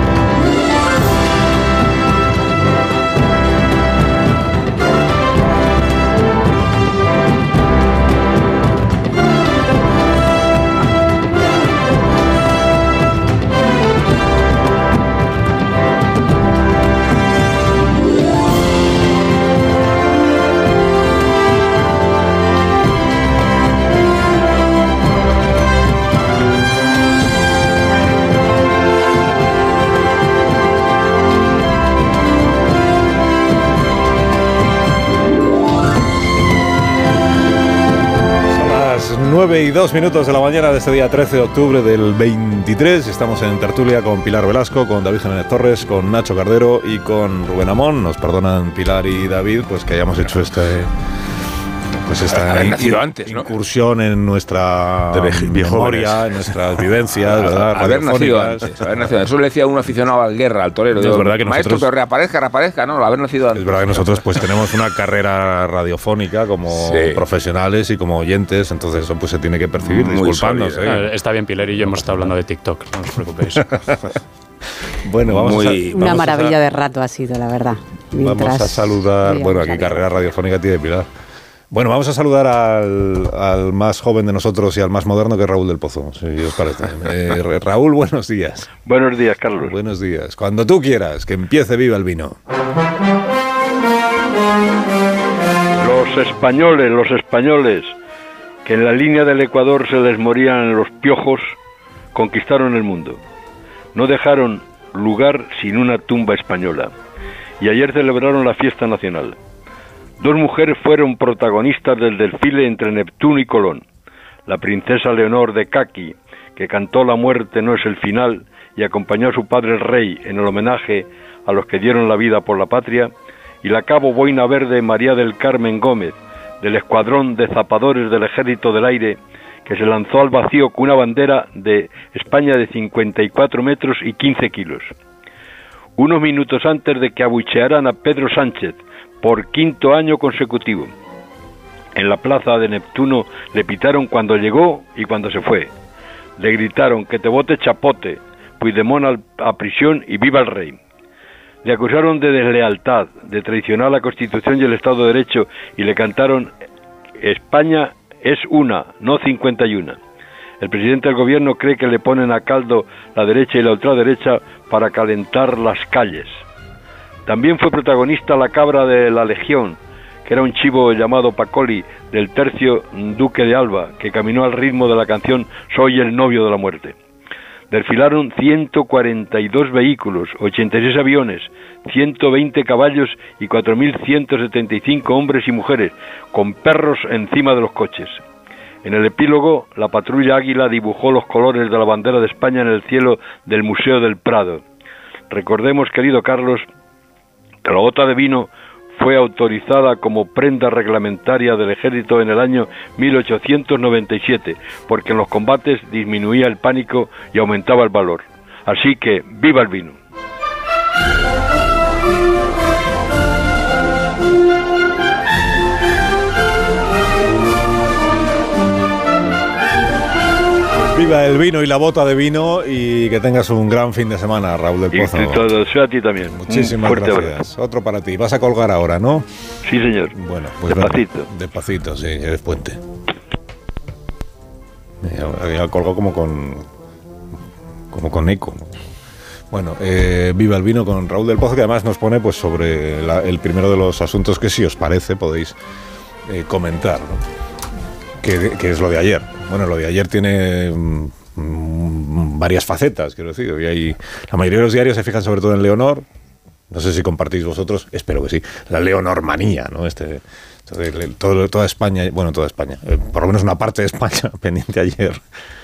nueve y dos minutos de la mañana de este día trece de octubre del veintitrés. Estamos en tertulia con Pilar Velasco, con David Jiménez Torres, con Nacho Cardero y con Rubén Amón. Nos perdonan Pilar y David pues que hayamos hecho este... Pues esta in, antes, ¿no? incursión en nuestra memoria, en nuestras vivencias, ¿verdad? Haber nacido antes, haber nacido antes. Eso le decía a un aficionado a la guerra, al torero. Es digo, verdad que maestro, nosotros, pero reaparezca, reaparezca, no, haber nacido antes. Es verdad que nosotros pues tenemos una carrera radiofónica como sí. profesionales y como oyentes, entonces eso pues se tiene que percibir, disculpadnos. ¿eh? Está bien, Pilar y yo hemos estado hablando de TikTok, no os preocupéis. Bueno, vamos Muy, a... Una vamos maravilla a, de rato ha sido, la verdad. Vamos a saludar... Bueno, aquí carrera radiofónica tiene Pilar. Bueno, vamos a saludar al, al más joven de nosotros y al más moderno, que es Raúl del Pozo, si os parece. Eh, Raúl, buenos días. Buenos días, Carlos. Buenos días. Cuando tú quieras, que empiece Viva el Vino. Los españoles, los españoles, que en la línea del Ecuador se les morían los piojos, conquistaron el mundo. No dejaron lugar sin una tumba española. Y ayer celebraron la fiesta nacional. Dos mujeres fueron protagonistas del desfile entre Neptuno y Colón. La princesa Leonor de Caqui, que cantó La muerte no es el final y acompañó a su padre el rey en el homenaje a los que dieron la vida por la patria, y la cabo boina verde María del Carmen Gómez, del escuadrón de zapadores del Ejército del Aire, que se lanzó al vacío con una bandera de España de cincuenta y cuatro metros y quince kilos. Unos minutos antes de que abuchearan a Pedro Sánchez, por quinto año consecutivo. En la plaza de Neptuno le pitaron cuando llegó y cuando se fue. Le gritaron que te bote chapote, Puigdemont a prisión y viva el rey. Le acusaron de deslealtad, de traicionar la Constitución y el Estado de Derecho y le cantaron España es una, no cincuenta y una. El presidente del gobierno cree que le ponen a caldo la derecha y la ultraderecha para calentar las calles. También fue protagonista la cabra de la Legión, que era un chivo llamado Pacoli, del tercio Duque de Alba, que caminó al ritmo de la canción Soy el novio de la muerte. Desfilaron ciento cuarenta y dos vehículos, ochenta y seis aviones, ciento veinte caballos y cuatro mil ciento setenta y cinco hombres y mujeres, con perros encima de los coches. En el epílogo, la patrulla Águila dibujó los colores de la bandera de España en el cielo del Museo del Prado. Recordemos, querido Carlos, que la bota de vino fue autorizada como prenda reglamentaria del ejército en el año mil ochocientos noventa y siete, porque en los combates disminuía el pánico y aumentaba el valor. Así que, ¡viva el vino! Viva el vino y la bota de vino, y que tengas un gran fin de semana, Raúl del Pozo. Y todo sea a ti también. Muchísimas gracias. Abrazo. Otro para ti. ¿Vas a colgar ahora, no? Sí, señor. Bueno, pues despacito. Bueno, despacito, sí, eres puente. Había colgado como con como con eco. Bueno, eh, viva el vino con Raúl del Pozo, que además nos pone pues sobre la, el primero de los asuntos que, si os parece, podéis eh, comentar, ¿no? Que, que es lo de ayer. Bueno, lo de ayer tiene mmm, varias facetas, quiero decir. Y hay, la mayoría de los diarios se fijan sobre todo en Leonor. No sé si compartís vosotros, espero que sí. La Leonormanía, ¿no? Este, todo, toda España, bueno, toda España, eh, por lo menos una parte de España pendiente ayer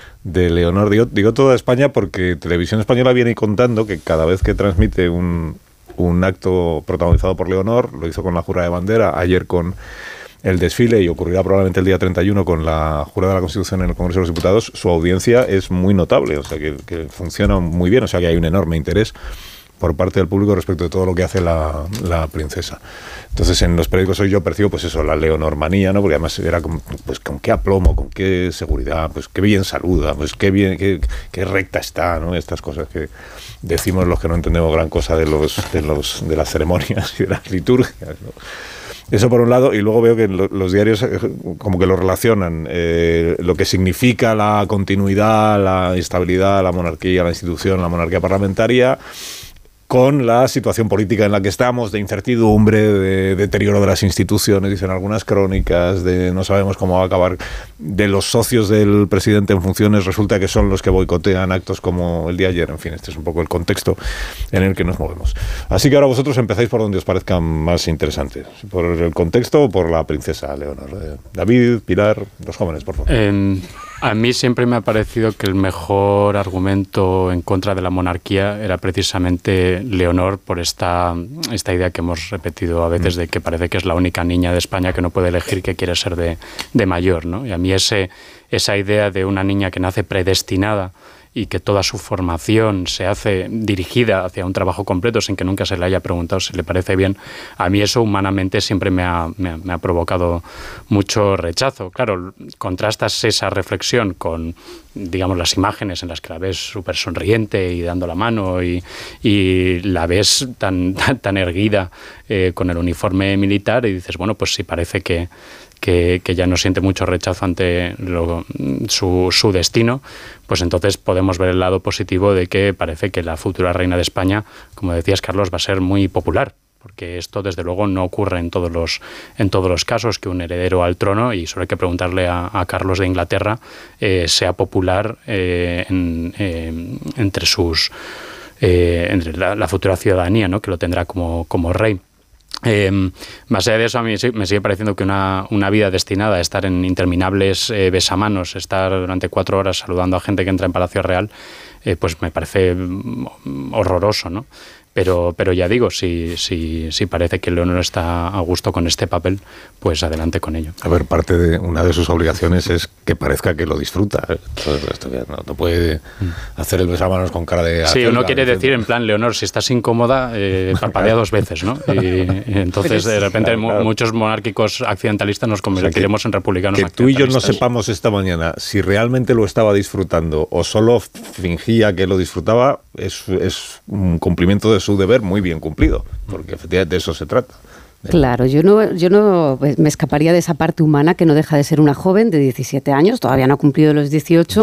de Leonor. Digo, digo toda España porque Televisión Española viene contando que cada vez que transmite un, un acto protagonizado por Leonor, lo hizo con la jura de bandera, ayer con el desfile, y ocurrirá probablemente el día treinta y uno con la jura de la Constitución en el Congreso de los Diputados, su audiencia es muy notable, o sea que, que funciona muy bien, o sea que hay un enorme interés por parte del público respecto de todo lo que hace la, la princesa. Entonces, en los periódicos hoy yo percibo, pues eso, la leonormanía, ¿no? Porque además era con, pues con qué aplomo, con qué seguridad, pues qué bien saluda, pues qué bien, qué, qué recta está, ¿no? Estas cosas que decimos los que no entendemos gran cosa de los de los de las ceremonias y de las liturgias, ¿no? Eso por un lado, y luego veo que lo, los diarios eh, como que lo relacionan, eh, lo que significa la continuidad, la estabilidad, la monarquía, la institución, la monarquía parlamentaria, con la situación política en la que estamos, de incertidumbre, de deterioro de las instituciones, dicen algunas crónicas, de no sabemos cómo va a acabar, de los socios del presidente en funciones, resulta que son los que boicotean actos como el de ayer. En fin, este es un poco el contexto en el que nos movemos. Así que ahora vosotros empezáis por donde os parezca más interesante, por el contexto o por la princesa Leonor. Eh, David, Pilar, los jóvenes, por favor. Eh, a mí siempre me ha parecido que el mejor argumento en contra de la monarquía era precisamente Leonor, por esta, esta idea que hemos repetido a veces de que parece que es la única niña de España que no puede elegir que quiere ser de, de mayor, ¿no? Y a mí ese, esa idea de una niña que nace predestinada y que toda su formación se hace dirigida hacia un trabajo completo sin que nunca se le haya preguntado si le parece bien, a mí eso humanamente siempre me ha, me ha, me ha provocado mucho rechazo. Claro, contrastas esa reflexión con, digamos, las imágenes en las que la ves súper sonriente y dando la mano y, y la ves tan, tan, tan erguida eh, con el uniforme militar y dices, bueno, pues sí parece que que, que ya no siente mucho rechazo ante lo, su, su destino, pues entonces podemos ver el lado positivo de que parece que la futura reina de España, como decías, Carlos, va a ser muy popular. Porque esto, desde luego, no ocurre en todos los en todos los casos, que un heredero al trono, y solo hay que preguntarle a, a Carlos de Inglaterra, eh, sea popular eh, en, eh, entre sus eh, entre la, la futura ciudadanía, ¿no?, que lo tendrá como, como rey. Eh, más allá de eso, a mí me sigue pareciendo que una, una vida destinada a estar en interminables eh, besamanos, estar durante cuatro horas saludando a gente que entra en Palacio Real, eh, pues me parece horroroso, ¿no? Pero, pero ya digo, si, si, si parece que Leonor está a gusto con este papel, pues adelante con ello. A ver, parte de una de sus obligaciones es que parezca que lo disfruta. Entonces, esto no, no puede hacer el besamanos con cara de... Sí, uno quiere decir en plan, Leonor, si estás incómoda, eh, parpadea dos veces, ¿no? Y, y entonces, de repente, claro, claro. muchos monárquicos accidentalistas nos convertiremos o sea, que, en republicanos que accidentalistas. Que tú y yo no sepamos esta mañana si realmente lo estaba disfrutando o solo fingía que lo disfrutaba, es, es un cumplimiento de su deber muy bien cumplido, porque efectivamente de eso se trata. Claro, yo no, yo no me escaparía de esa parte humana que no deja de ser una joven de diecisiete años, todavía no ha cumplido los dieciocho.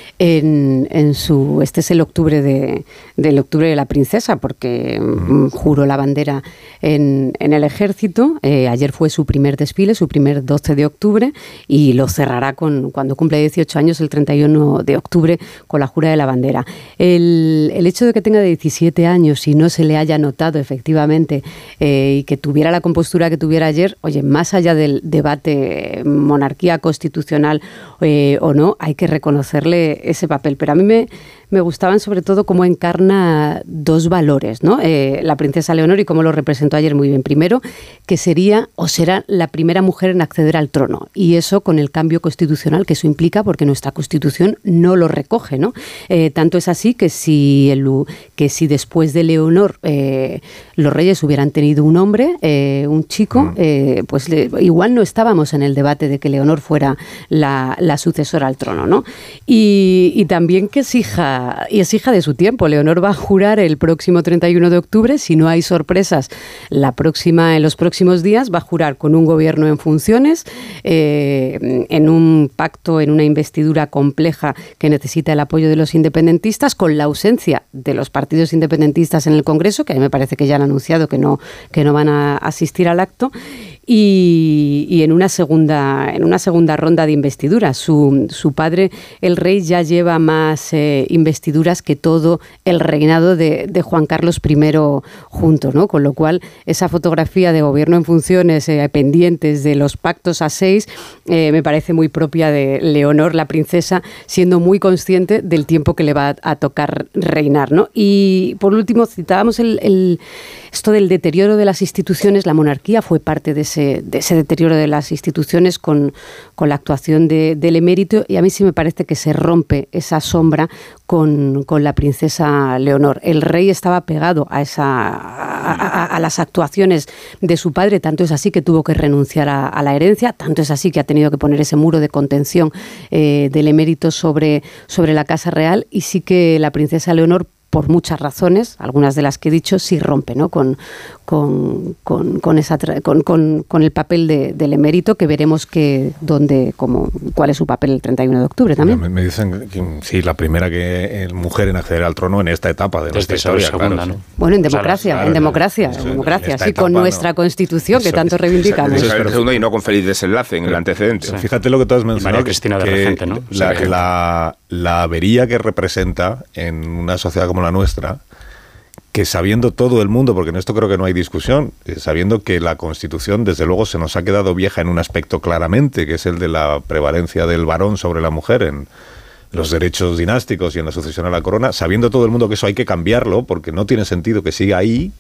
En, en su este es el octubre de del octubre de la princesa, porque mm. juró la bandera en, en el ejército. Eh, ayer fue su primer desfile, su primer doce de octubre, y lo cerrará con cuando cumple dieciocho años, el treinta y uno de octubre, con la jura de la bandera. El, el hecho de que tenga diecisiete años y no se le haya notado efectivamente eh, y que tuviera la compostura que tuviera ayer, oye, más allá del debate monarquía constitucional eh, o no, hay que reconocerle ese papel. Pero a mí me, me gustaban sobre todo cómo encarna dos valores, ¿no? Eh, la princesa Leonor, y cómo lo representó ayer muy bien. Primero, que sería o será la primera mujer en acceder al trono, y eso con el cambio constitucional que eso implica, porque nuestra Constitución no lo recoge, ¿no? Eh, tanto es así que si, el, que si después de Leonor eh, los reyes hubieran tenido un hombre, eh, un chico, eh, pues le, igual no estábamos en el debate de que Leonor fuera la, la sucesora al trono, ¿no? Y Y, y también que es hija, y es hija de su tiempo. Leonor va a jurar el próximo treinta y uno de octubre, si no hay sorpresas la próxima, en los próximos días, va a jurar con un gobierno en funciones, eh, en un pacto, en una investidura compleja que necesita el apoyo de los independentistas, con la ausencia de los partidos independentistas en el Congreso, que a mí me parece que ya han anunciado que no, que no van a asistir al acto. Y, y en una segunda en una segunda ronda de investiduras. Su, su padre, el rey, ya lleva más eh, investiduras que todo el reinado de, de Juan Carlos primero juntos, ¿no? Con lo cual, esa fotografía de gobierno en funciones eh, pendientes de los pactos a seis eh, me parece muy propia de Leonor, la princesa, siendo muy consciente del tiempo que le va a, a tocar reinar, ¿no? Y por último, citábamos el, el, esto del deterioro de las instituciones. La monarquía fue parte de ese, de ese deterioro de las instituciones con, con la actuación de, del emérito, y a mí sí me parece que se rompe esa sombra con, con la princesa Leonor. El rey estaba pegado a, esa, a, a, a las actuaciones de su padre, tanto es así que tuvo que renunciar a, a la herencia, tanto es así que ha tenido que poner ese muro de contención eh, del emérito sobre, sobre la Casa Real, y sí que la princesa Leonor, por muchas razones, algunas de las que he dicho, sí rompe, ¿no? con, con, con, con, esa, con, con, con el papel de, del emérito, que veremos que dónde, como, cuál es su papel el treinta y uno de octubre también. Me, me dicen que sí, la primera que mujer en acceder al trono en esta etapa de nuestra historia. Segunda, claro, ¿no? Bueno, en democracia, claro, en democracia, en democracia, sí, etapa, con nuestra no. Constitución, que eso, tanto reivindicamos. Eso es el segundo, y no con feliz desenlace en el antecedente. Sí. Fíjate lo que tú has mencionado. María Cristina de Regente, ¿no? La, sí. la, la avería que representa en una sociedad como la nuestra, que sabiendo todo el mundo, porque en esto creo que no hay discusión, sabiendo que la Constitución desde luego se nos ha quedado vieja en un aspecto claramente, que es el de la prevalencia del varón sobre la mujer en los derechos dinásticos y en la sucesión a la corona, sabiendo todo el mundo que eso hay que cambiarlo, porque no tiene sentido que siga ahí.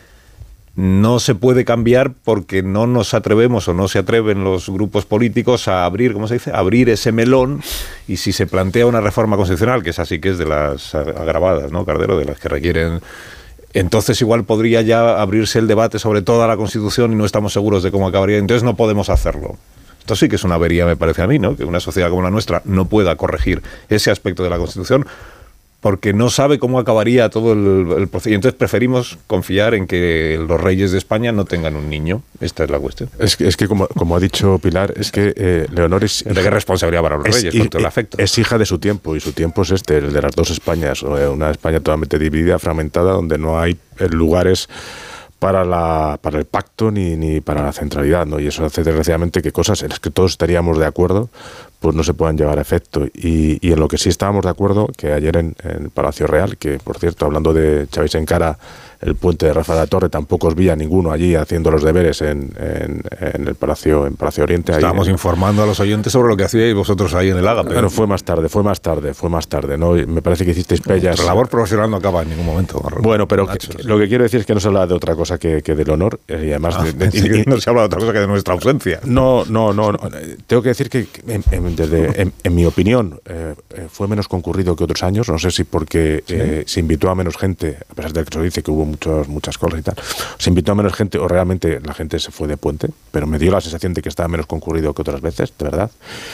No se puede cambiar porque no nos atrevemos o no se atreven los grupos políticos a abrir, ¿cómo se dice? Abrir ese melón, y si se plantea una reforma constitucional, que es así, que es de las agravadas, ¿no, Cardero? De las que requieren... Entonces igual podría ya abrirse el debate sobre toda la Constitución y no estamos seguros de cómo acabaría. Entonces no podemos hacerlo. Esto sí que es una avería, me parece a mí, ¿no? Que una sociedad como la nuestra no pueda corregir ese aspecto de la Constitución, porque no sabe cómo acabaría todo el, el procedimiento. Entonces preferimos confiar en que los reyes de España no tengan un niño. Esta es la cuestión. Es que, es que como, como ha dicho Pilar, es que eh, Leonor es... ¿De qué responsabilidad para los reyes, con todo el afecto? Es hija de su tiempo, y su tiempo es este, el de las dos Españas. Una España totalmente dividida, fragmentada, donde no hay lugares para la para el pacto ni, ni para la centralidad, ¿no? Y eso hace desgraciadamente que cosas en las que todos estaríamos de acuerdo pues no se puedan llevar a efecto. Y, y en lo que sí estábamos de acuerdo, que ayer en, en el Palacio Real, que por cierto, hablando de echabais en cara el puente de Rafa de la Torre, tampoco os vi a ninguno allí haciendo los deberes en, en, en el Palacio en Palacio Oriente. Estábamos ahí, informando a los oyentes sobre lo que hacíais vosotros ahí en el Ágape. Pero fue más tarde, fue más tarde, fue más tarde, ¿no? Me parece que hicisteis pellas. La labor profesional no acaba en ningún momento. Bueno, pero que, que, lo que quiero decir es que no se habla de otra cosa que, que del honor, y además ah, de, de, sí, y, no se habla de otra cosa que de nuestra ausencia. No, no, no. no. Tengo que decir que en, en, desde, en, en mi opinión eh, fue menos concurrido que otros años. No sé si porque ¿sí? eh, se invitó a menos gente, a pesar de que se dice que hubo muchos, muchas cosas y tal. Se invitó a menos gente o realmente la gente se fue de puente, pero me dio la sensación de que estaba menos concurrido que otras veces, de verdad.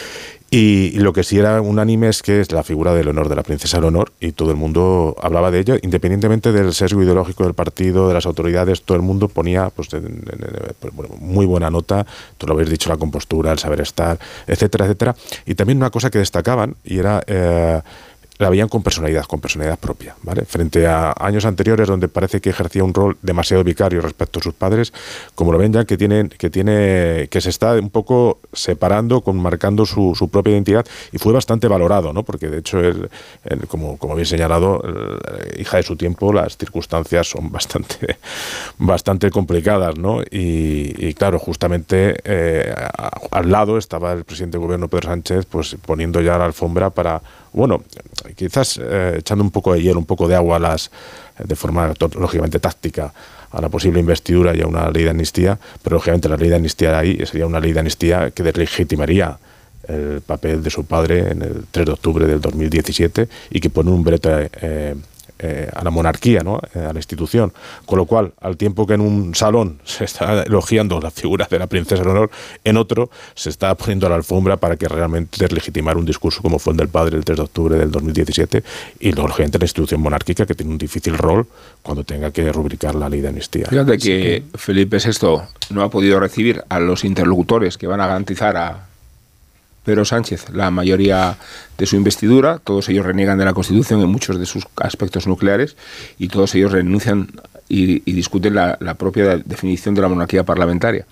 Y, y lo que sí era unánime es que es la figura del honor, de la princesa Leonor, y todo el mundo hablaba de ella, independientemente del sesgo ideológico del partido, de las autoridades. Todo el mundo ponía pues, en, en, en, bueno, muy buena nota, tú lo habéis dicho, la compostura, el saber estar, etcétera, etcétera. Y también una cosa que destacaban, y era... Eh, la veían con personalidad, con personalidad propia, ¿vale? Frente a años anteriores donde parece que ejercía un rol demasiado vicario respecto a sus padres, como lo ven ya que tiene, que tiene, que se está un poco separando, con, marcando su, su propia identidad, y fue bastante valorado, ¿no? Porque de hecho, él, él, como, como habéis señalado, el, hija de su tiempo, las circunstancias son bastante, bastante complicadas, ¿no? Y, y claro, justamente eh, a, al lado estaba el presidente de gobierno, Pedro Sánchez, pues poniendo ya la alfombra para, bueno, quizás eh, echando un poco de hielo, un poco de agua a las, de forma lógicamente táctica, a la posible investidura y a una ley de amnistía, pero lógicamente la ley de amnistía ahí sería una ley de amnistía que deslegitimaría el papel de su padre en el tres de octubre del dos mil diecisiete y que pone un brete eh, eh, a la monarquía, ¿no? Eh, a la institución. Con lo cual, al tiempo que en un salón se está elogiando la figura de la princesa Leonor, en otro se está poniendo la alfombra para que realmente deslegitimar un discurso como fue el del padre el tres de octubre del dos mil diecisiete, y lógicamente la institución monárquica, que tiene un difícil rol cuando tenga que rubricar la ley de amnistía. Fíjate que, que Felipe sexto no ha podido recibir a los interlocutores que van a garantizar a Pedro Sánchez la mayoría de su investidura. Todos ellos reniegan de la Constitución en muchos de sus aspectos nucleares, y todos ellos renuncian y, y discuten la, la propia definición de la monarquía parlamentaria.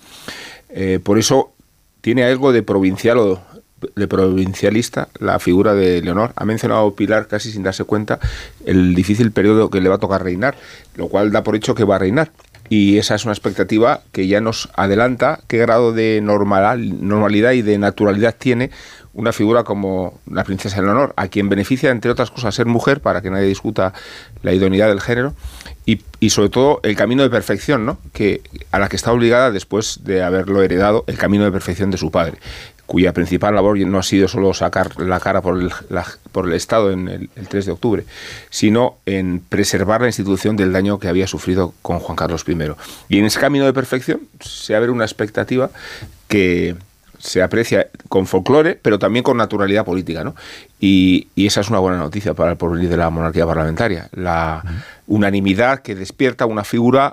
Eh, por eso tiene algo de provincial o de provincialista la figura de Leonor. Ha mencionado Pilar, casi sin darse cuenta, el difícil periodo que le va a tocar reinar, lo cual da por hecho que va a reinar. Y esa es una expectativa que ya nos adelanta qué grado de normal, normalidad y de naturalidad tiene una figura como la princesa Leonor, a quien beneficia, entre otras cosas, ser mujer, para que nadie discuta la idoneidad del género, y, y sobre todo el camino de perfección, ¿no? Que, a la que está obligada después de haberlo heredado, el camino de perfección de su padre, cuya principal labor no ha sido solo sacar la cara por el, la, por el Estado en el, el tres de octubre, sino en preservar la institución del daño que había sufrido con Juan Carlos primero. Y en ese camino de perfección se abre una expectativa que se aprecia con folclore, pero también con naturalidad política, ¿no? Y, y esa es una buena noticia para el porvenir de la monarquía parlamentaria. La unanimidad que despierta una figura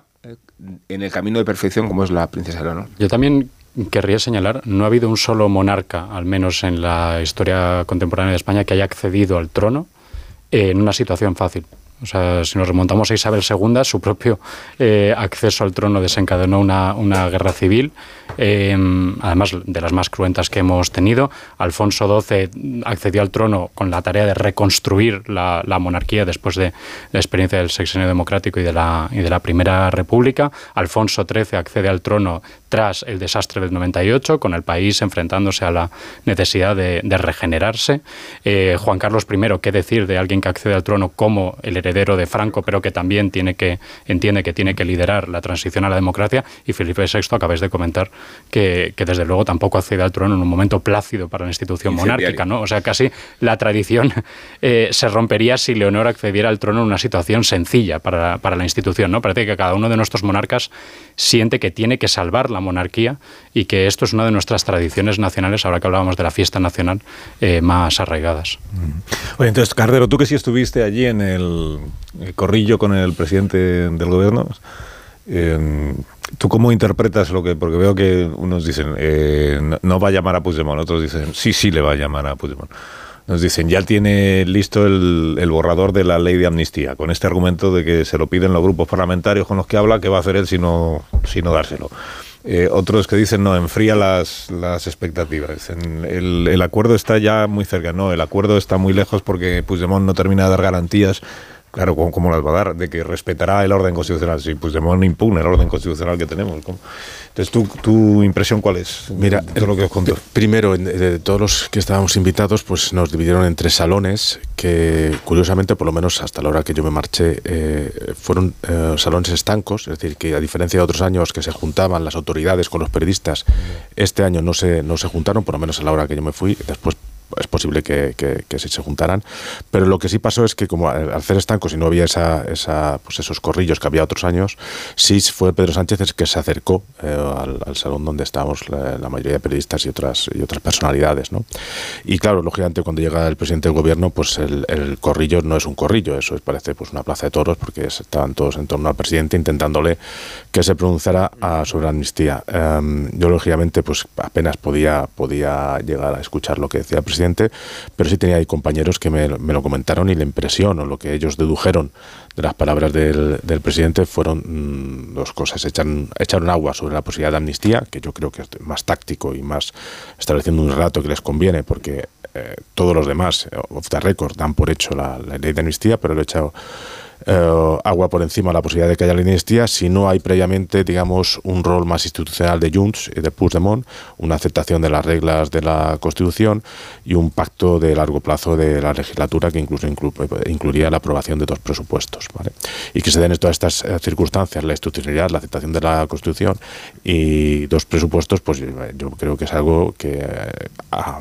en el camino de perfección como es la princesa Leonor. Yo también querría señalar, no ha habido un solo monarca, al menos en la historia contemporánea de España, que haya accedido al trono en una situación fácil. O sea, si nos remontamos a Isabel segunda, su propio eh, acceso al trono desencadenó una, una guerra civil, eh, además de las más cruentas que hemos tenido. Alfonso doce accedió al trono con la tarea de reconstruir la, la monarquía después de la experiencia del sexenio democrático y de la, y de la Primera República. Alfonso trece accede al trono tras el desastre del noventa y ocho, con el país enfrentándose a la necesidad de, de regenerarse. Eh, Juan Carlos primero, qué decir de alguien que accede al trono como el heredero heredero de Franco, pero que también tiene que entiende que tiene que liderar la transición a la democracia, y Felipe sexto, acabáis de comentar, que, que desde luego tampoco accede al trono en un momento plácido para la institución monárquica, ¿no? O sea, casi la tradición eh, se rompería si Leonor accediera al trono en una situación sencilla para, para la institución, ¿no? Parece que cada uno de nuestros monarcas siente que tiene que salvar la monarquía y que esto es una de nuestras tradiciones nacionales, ahora que hablábamos de la fiesta nacional, eh, más arraigadas. Oye, entonces, Cardero, tú que sí estuviste allí en el, el corrillo con el presidente del gobierno, eh, ¿tú cómo interpretas lo que...? Porque veo que unos dicen, eh, no, no va a llamar a Puigdemont, otros dicen, sí, sí le va a llamar a Puigdemont. Nos dicen, ya tiene listo el, el borrador de la ley de amnistía, con este argumento de que se lo piden los grupos parlamentarios con los que habla, ¿qué va a hacer él si no, si no dárselo? Eh, otros que dicen, no, enfría las, las expectativas. Dicen, el, el acuerdo está ya muy cerca. No, el acuerdo está muy lejos porque Puigdemont no termina de dar garantías. Claro, ¿cómo, cómo las va a dar? De que respetará el orden constitucional. Si Puigdemont impugna el orden constitucional que tenemos. ¿Cómo? Entonces, ¿tu, ¿tu impresión cuál es? Mira, de lo que os conto. Primero, de todos los que estábamos invitados, pues nos dividieron en tres salones que, curiosamente, por lo menos hasta la hora que yo me marché, eh, fueron eh, salones estancos. Es decir, que a diferencia de otros años que se juntaban las autoridades con los periodistas, este año no se, no se juntaron, por lo menos a la hora que yo me fui. Después es posible que, que, que sí se juntaran, pero lo que sí pasó es que como al ser estancos y no había esa, esa, pues esos corrillos que había otros años, sí fue Pedro Sánchez el que se acercó eh, al, al salón donde estábamos la, la mayoría de periodistas y otras y otras personalidades, ¿no? Y claro, lógicamente cuando llega el presidente del gobierno, pues el, el corrillo no es un corrillo, eso es, parece pues una plaza de toros, porque estaban todos en torno al presidente intentándole que se pronunciara a, sobre la amnistía. Um, yo lógicamente pues apenas podía, podía llegar a escuchar lo que decía el presidente, pero sí tenía ahí compañeros que me, me lo comentaron, y la impresión o lo que ellos dedujeron de las palabras del, del presidente fueron mmm, dos cosas. Echan, echaron agua sobre la posibilidad de amnistía, que yo creo que es más táctico y más estableciendo un relato que les conviene, porque eh, todos los demás, off the record, dan por hecho la, la ley de amnistía, pero lo he echado Uh, agua por encima de la posibilidad de que haya la amnistía si no hay previamente, digamos, un rol más institucional de Junts y de Puigdemont, una aceptación de las reglas de la Constitución y un pacto de largo plazo de la legislatura que incluso inclu incluiría la aprobación de dos presupuestos, ¿vale? Y que se den todas estas uh, circunstancias, la institucionalidad, la aceptación de la Constitución y dos presupuestos, pues yo creo que es algo que uh,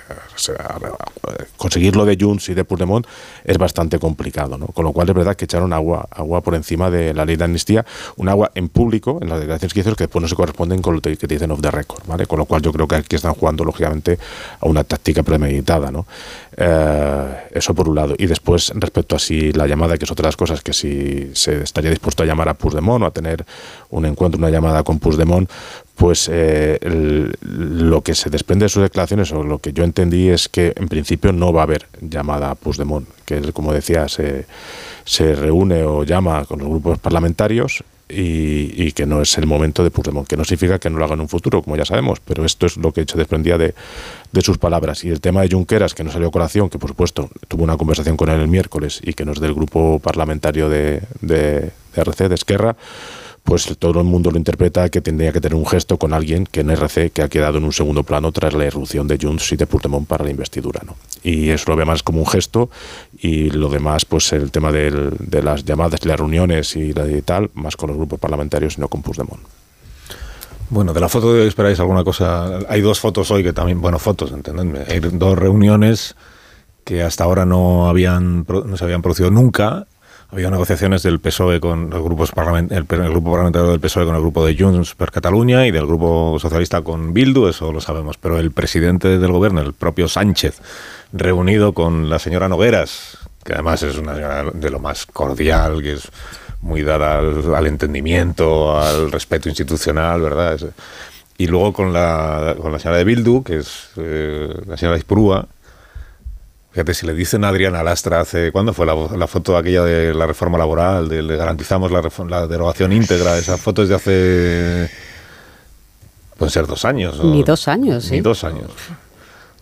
conseguirlo de Junts y de Puigdemont es bastante complicado, ¿no? Con lo cual es verdad que echaron agua, agua por encima de la ley de amnistía, un agua en público, en las declaraciones que hizo, que después no se corresponden con lo que te dicen off the record, ¿vale? Con lo cual yo creo que aquí están jugando lógicamente a una táctica premeditada, ¿no? Eh, eso por un lado. Y después, respecto a si la llamada, que es otra de las cosas, que si se estaría dispuesto a llamar a Puigdemont o a tener un encuentro, una llamada con Puigdemont, pues eh, el, lo que se desprende de sus declaraciones, o lo que yo entendí, es que en principio no va a haber llamada a Puigdemont, que él, como decía, se, se reúne o llama con los grupos parlamentarios y, y que no es el momento de Puigdemont, que no significa que no lo haga en un futuro, como ya sabemos, pero esto es lo que se desprendía de, de sus palabras. Y el tema de Junqueras, que no salió a colación, que por supuesto tuvo una conversación con él el miércoles y que no es del grupo parlamentario de, de, de R C, de Esquerra, pues todo el mundo lo interpreta que tendría que tener un gesto con alguien que en R C que ha quedado en un segundo plano tras la irrupción de Junts y de Puigdemont para la investidura, ¿no? Y eso lo ve más como un gesto, y lo demás, pues el tema del, de las llamadas y las reuniones y, la, y tal, más con los grupos parlamentarios y no con Puigdemont. Bueno, de la foto de hoy esperáis alguna cosa. Hay dos fotos hoy que también, bueno, fotos, entendedme. Hay dos reuniones que hasta ahora no habían no se habían producido nunca. Había negociaciones del P S O E con los grupos parlament el, el grupo parlamentario del P S O E con el grupo de Junts per Catalunya y del grupo socialista con Bildu, eso lo sabemos. Pero el presidente del gobierno, el propio Sánchez, reunido con la señora Nogueras, que además es una señora de lo más cordial, que es muy dada al, al entendimiento, al respeto institucional, ¿verdad? Es, y luego con la, con la señora de Bildu, que es eh, la señora Ipurúa. Fíjate, si le dicen a Adriana Lastra hace... ¿Cuándo fue la, la foto aquella de la reforma laboral? De, le garantizamos la, la derogación íntegra. Esa foto es de hace... Pueden ser dos años. ¿O? Ni dos años, sí. Ni dos años.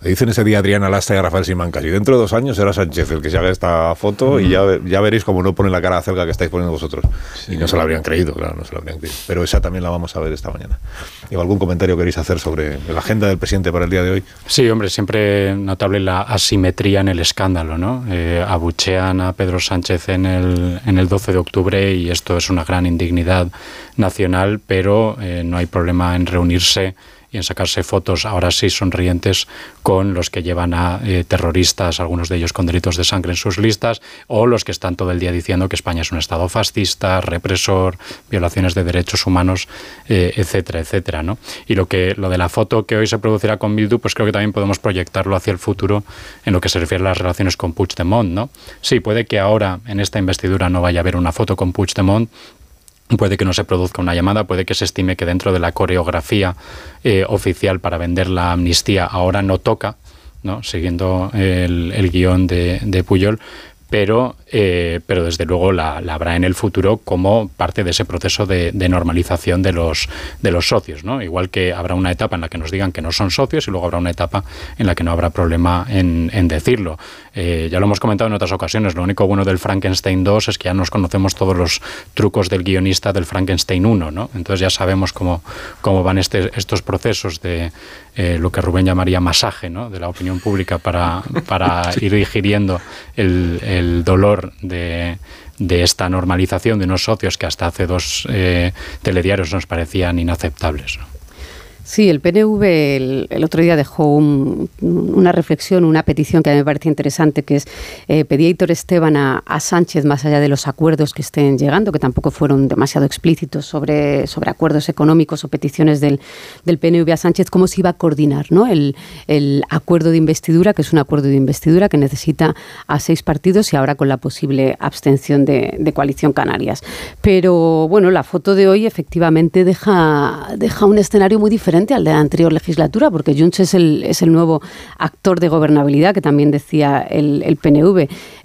Le dicen ese día a Adriana Lasta y a Rafael Simancas, y dentro de dos años será Sánchez el que se haga esta foto, mm. y ya, ya veréis cómo no ponen la cara acerca que estáis poniendo vosotros. Sí. Y no se la habrían creído, claro, no se la habrían creído. Pero esa también la vamos a ver esta mañana. ¿Y algún comentario queréis hacer sobre la agenda del presidente para el día de hoy? Sí, hombre, siempre notable la asimetría en el escándalo, ¿no? Eh, abuchean a Pedro Sánchez en el, en el doce de octubre y esto es una gran indignidad nacional, pero eh, no hay problema en reunirse y en sacarse fotos, ahora sí sonrientes, con los que llevan a eh, terroristas, algunos de ellos con delitos de sangre en sus listas, o los que están todo el día diciendo que España es un Estado fascista, represor, violaciones de derechos humanos, eh, etcétera, etcétera, ¿no? Y lo que lo de la foto que hoy se producirá con Bildu, pues creo que también podemos proyectarlo hacia el futuro en lo que se refiere a las relaciones con Puigdemont, ¿no? Sí, puede que ahora, en esta investidura, no vaya a haber una foto con Puigdemont, puede que no se produzca una llamada, puede que se estime que dentro de la coreografía eh, oficial para vender la amnistía ahora no toca, ¿no? Siguiendo el, el guión de, de Pujol, pero, eh, pero desde luego la, la habrá en el futuro como parte de ese proceso de, de normalización de los, de los socios, ¿no? Igual que habrá una etapa en la que nos digan que no son socios y luego habrá una etapa en la que no habrá problema en, en decirlo. Eh, ya lo hemos comentado en otras ocasiones, lo único bueno del Frankenstein dos es que ya nos conocemos todos los trucos del guionista del Frankenstein uno, ¿no? Entonces ya sabemos cómo, cómo van este, estos procesos de eh, lo que Rubén llamaría masaje, ¿no? De la opinión pública para, para ir digiriendo el, el el dolor de, de esta normalización de unos socios que hasta hace dos eh, telediarios nos parecían inaceptables, ¿no? Sí, el P N V el, el otro día dejó un, una reflexión, una petición que a mí me parece interesante, que es eh, pedir a Aitor Esteban a, a Sánchez, más allá de los acuerdos que estén llegando, que tampoco fueron demasiado explícitos sobre, sobre acuerdos económicos o peticiones del, del P N V a Sánchez, cómo se iba a coordinar, ¿no? el, el acuerdo de investidura, que es un acuerdo de investidura que necesita a seis partidos y ahora con la posible abstención de, de Coalición Canarias. Pero bueno, la foto de hoy efectivamente deja, deja un escenario muy diferente al de la anterior legislatura, porque Junts es el, es el nuevo actor de gobernabilidad, que también decía el, el P N V.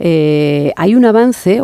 Eh, hay un avance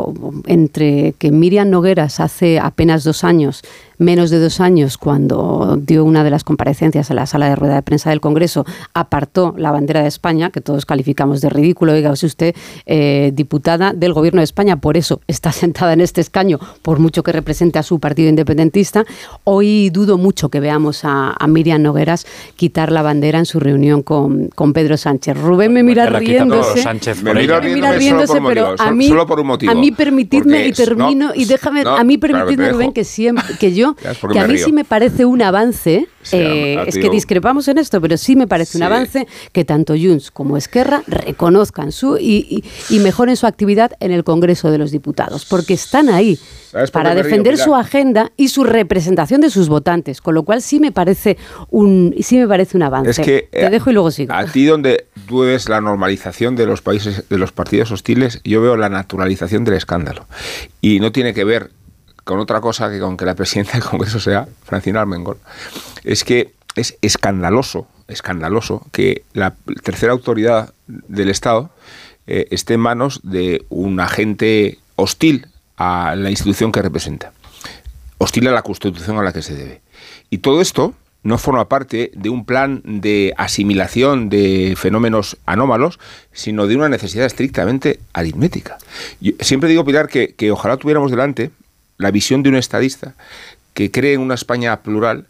entre que Míriam Nogueras hace apenas dos años, menos de dos años, cuando dio una de las comparecencias en la sala de rueda de prensa del Congreso, apartó la bandera de España, que todos calificamos de ridículo. Oiga, es usted eh, diputada del Gobierno de España, por eso está sentada en este escaño, por mucho que represente a su partido independentista. Hoy dudo mucho que veamos a, a Míriam Nogueras quitar la bandera en su reunión con, con Pedro Sánchez. Rubén me mira riéndose. Me mira riéndose, pero a mí, solo por un motivo. A mí permitidme, y termino, no, y déjame, no, a mí permitidme, claro, Rubén, que siempre, que yo que a mí río. sí me parece un avance, sí, eh, a, a es que discrepamos en esto, pero sí me parece sí. un avance que tanto Junts como Esquerra reconozcan su y, y, y mejoren su actividad en el Congreso de los Diputados, porque están ahí para defender río, su agenda y su representación de sus votantes, con lo cual sí me parece un sí me parece un avance. Es que, Te dejo y luego sigo. A ti, donde tú ves la normalización de los países, de los partidos hostiles, yo veo la naturalización del escándalo. Y no tiene que ver con otra cosa que con que la presidenta del Congreso sea Francina Armengol. Es que es escandaloso, escandaloso que la tercera autoridad del Estado eh, esté en manos de un agente hostil a la institución que representa, hostil a la Constitución a la que se debe. Y todo esto no forma parte de un plan de asimilación de fenómenos anómalos, sino de una necesidad estrictamente aritmética. Yo siempre digo, Pilar, que, que ojalá tuviéramos delante la visión de un estadista que cree en una España plural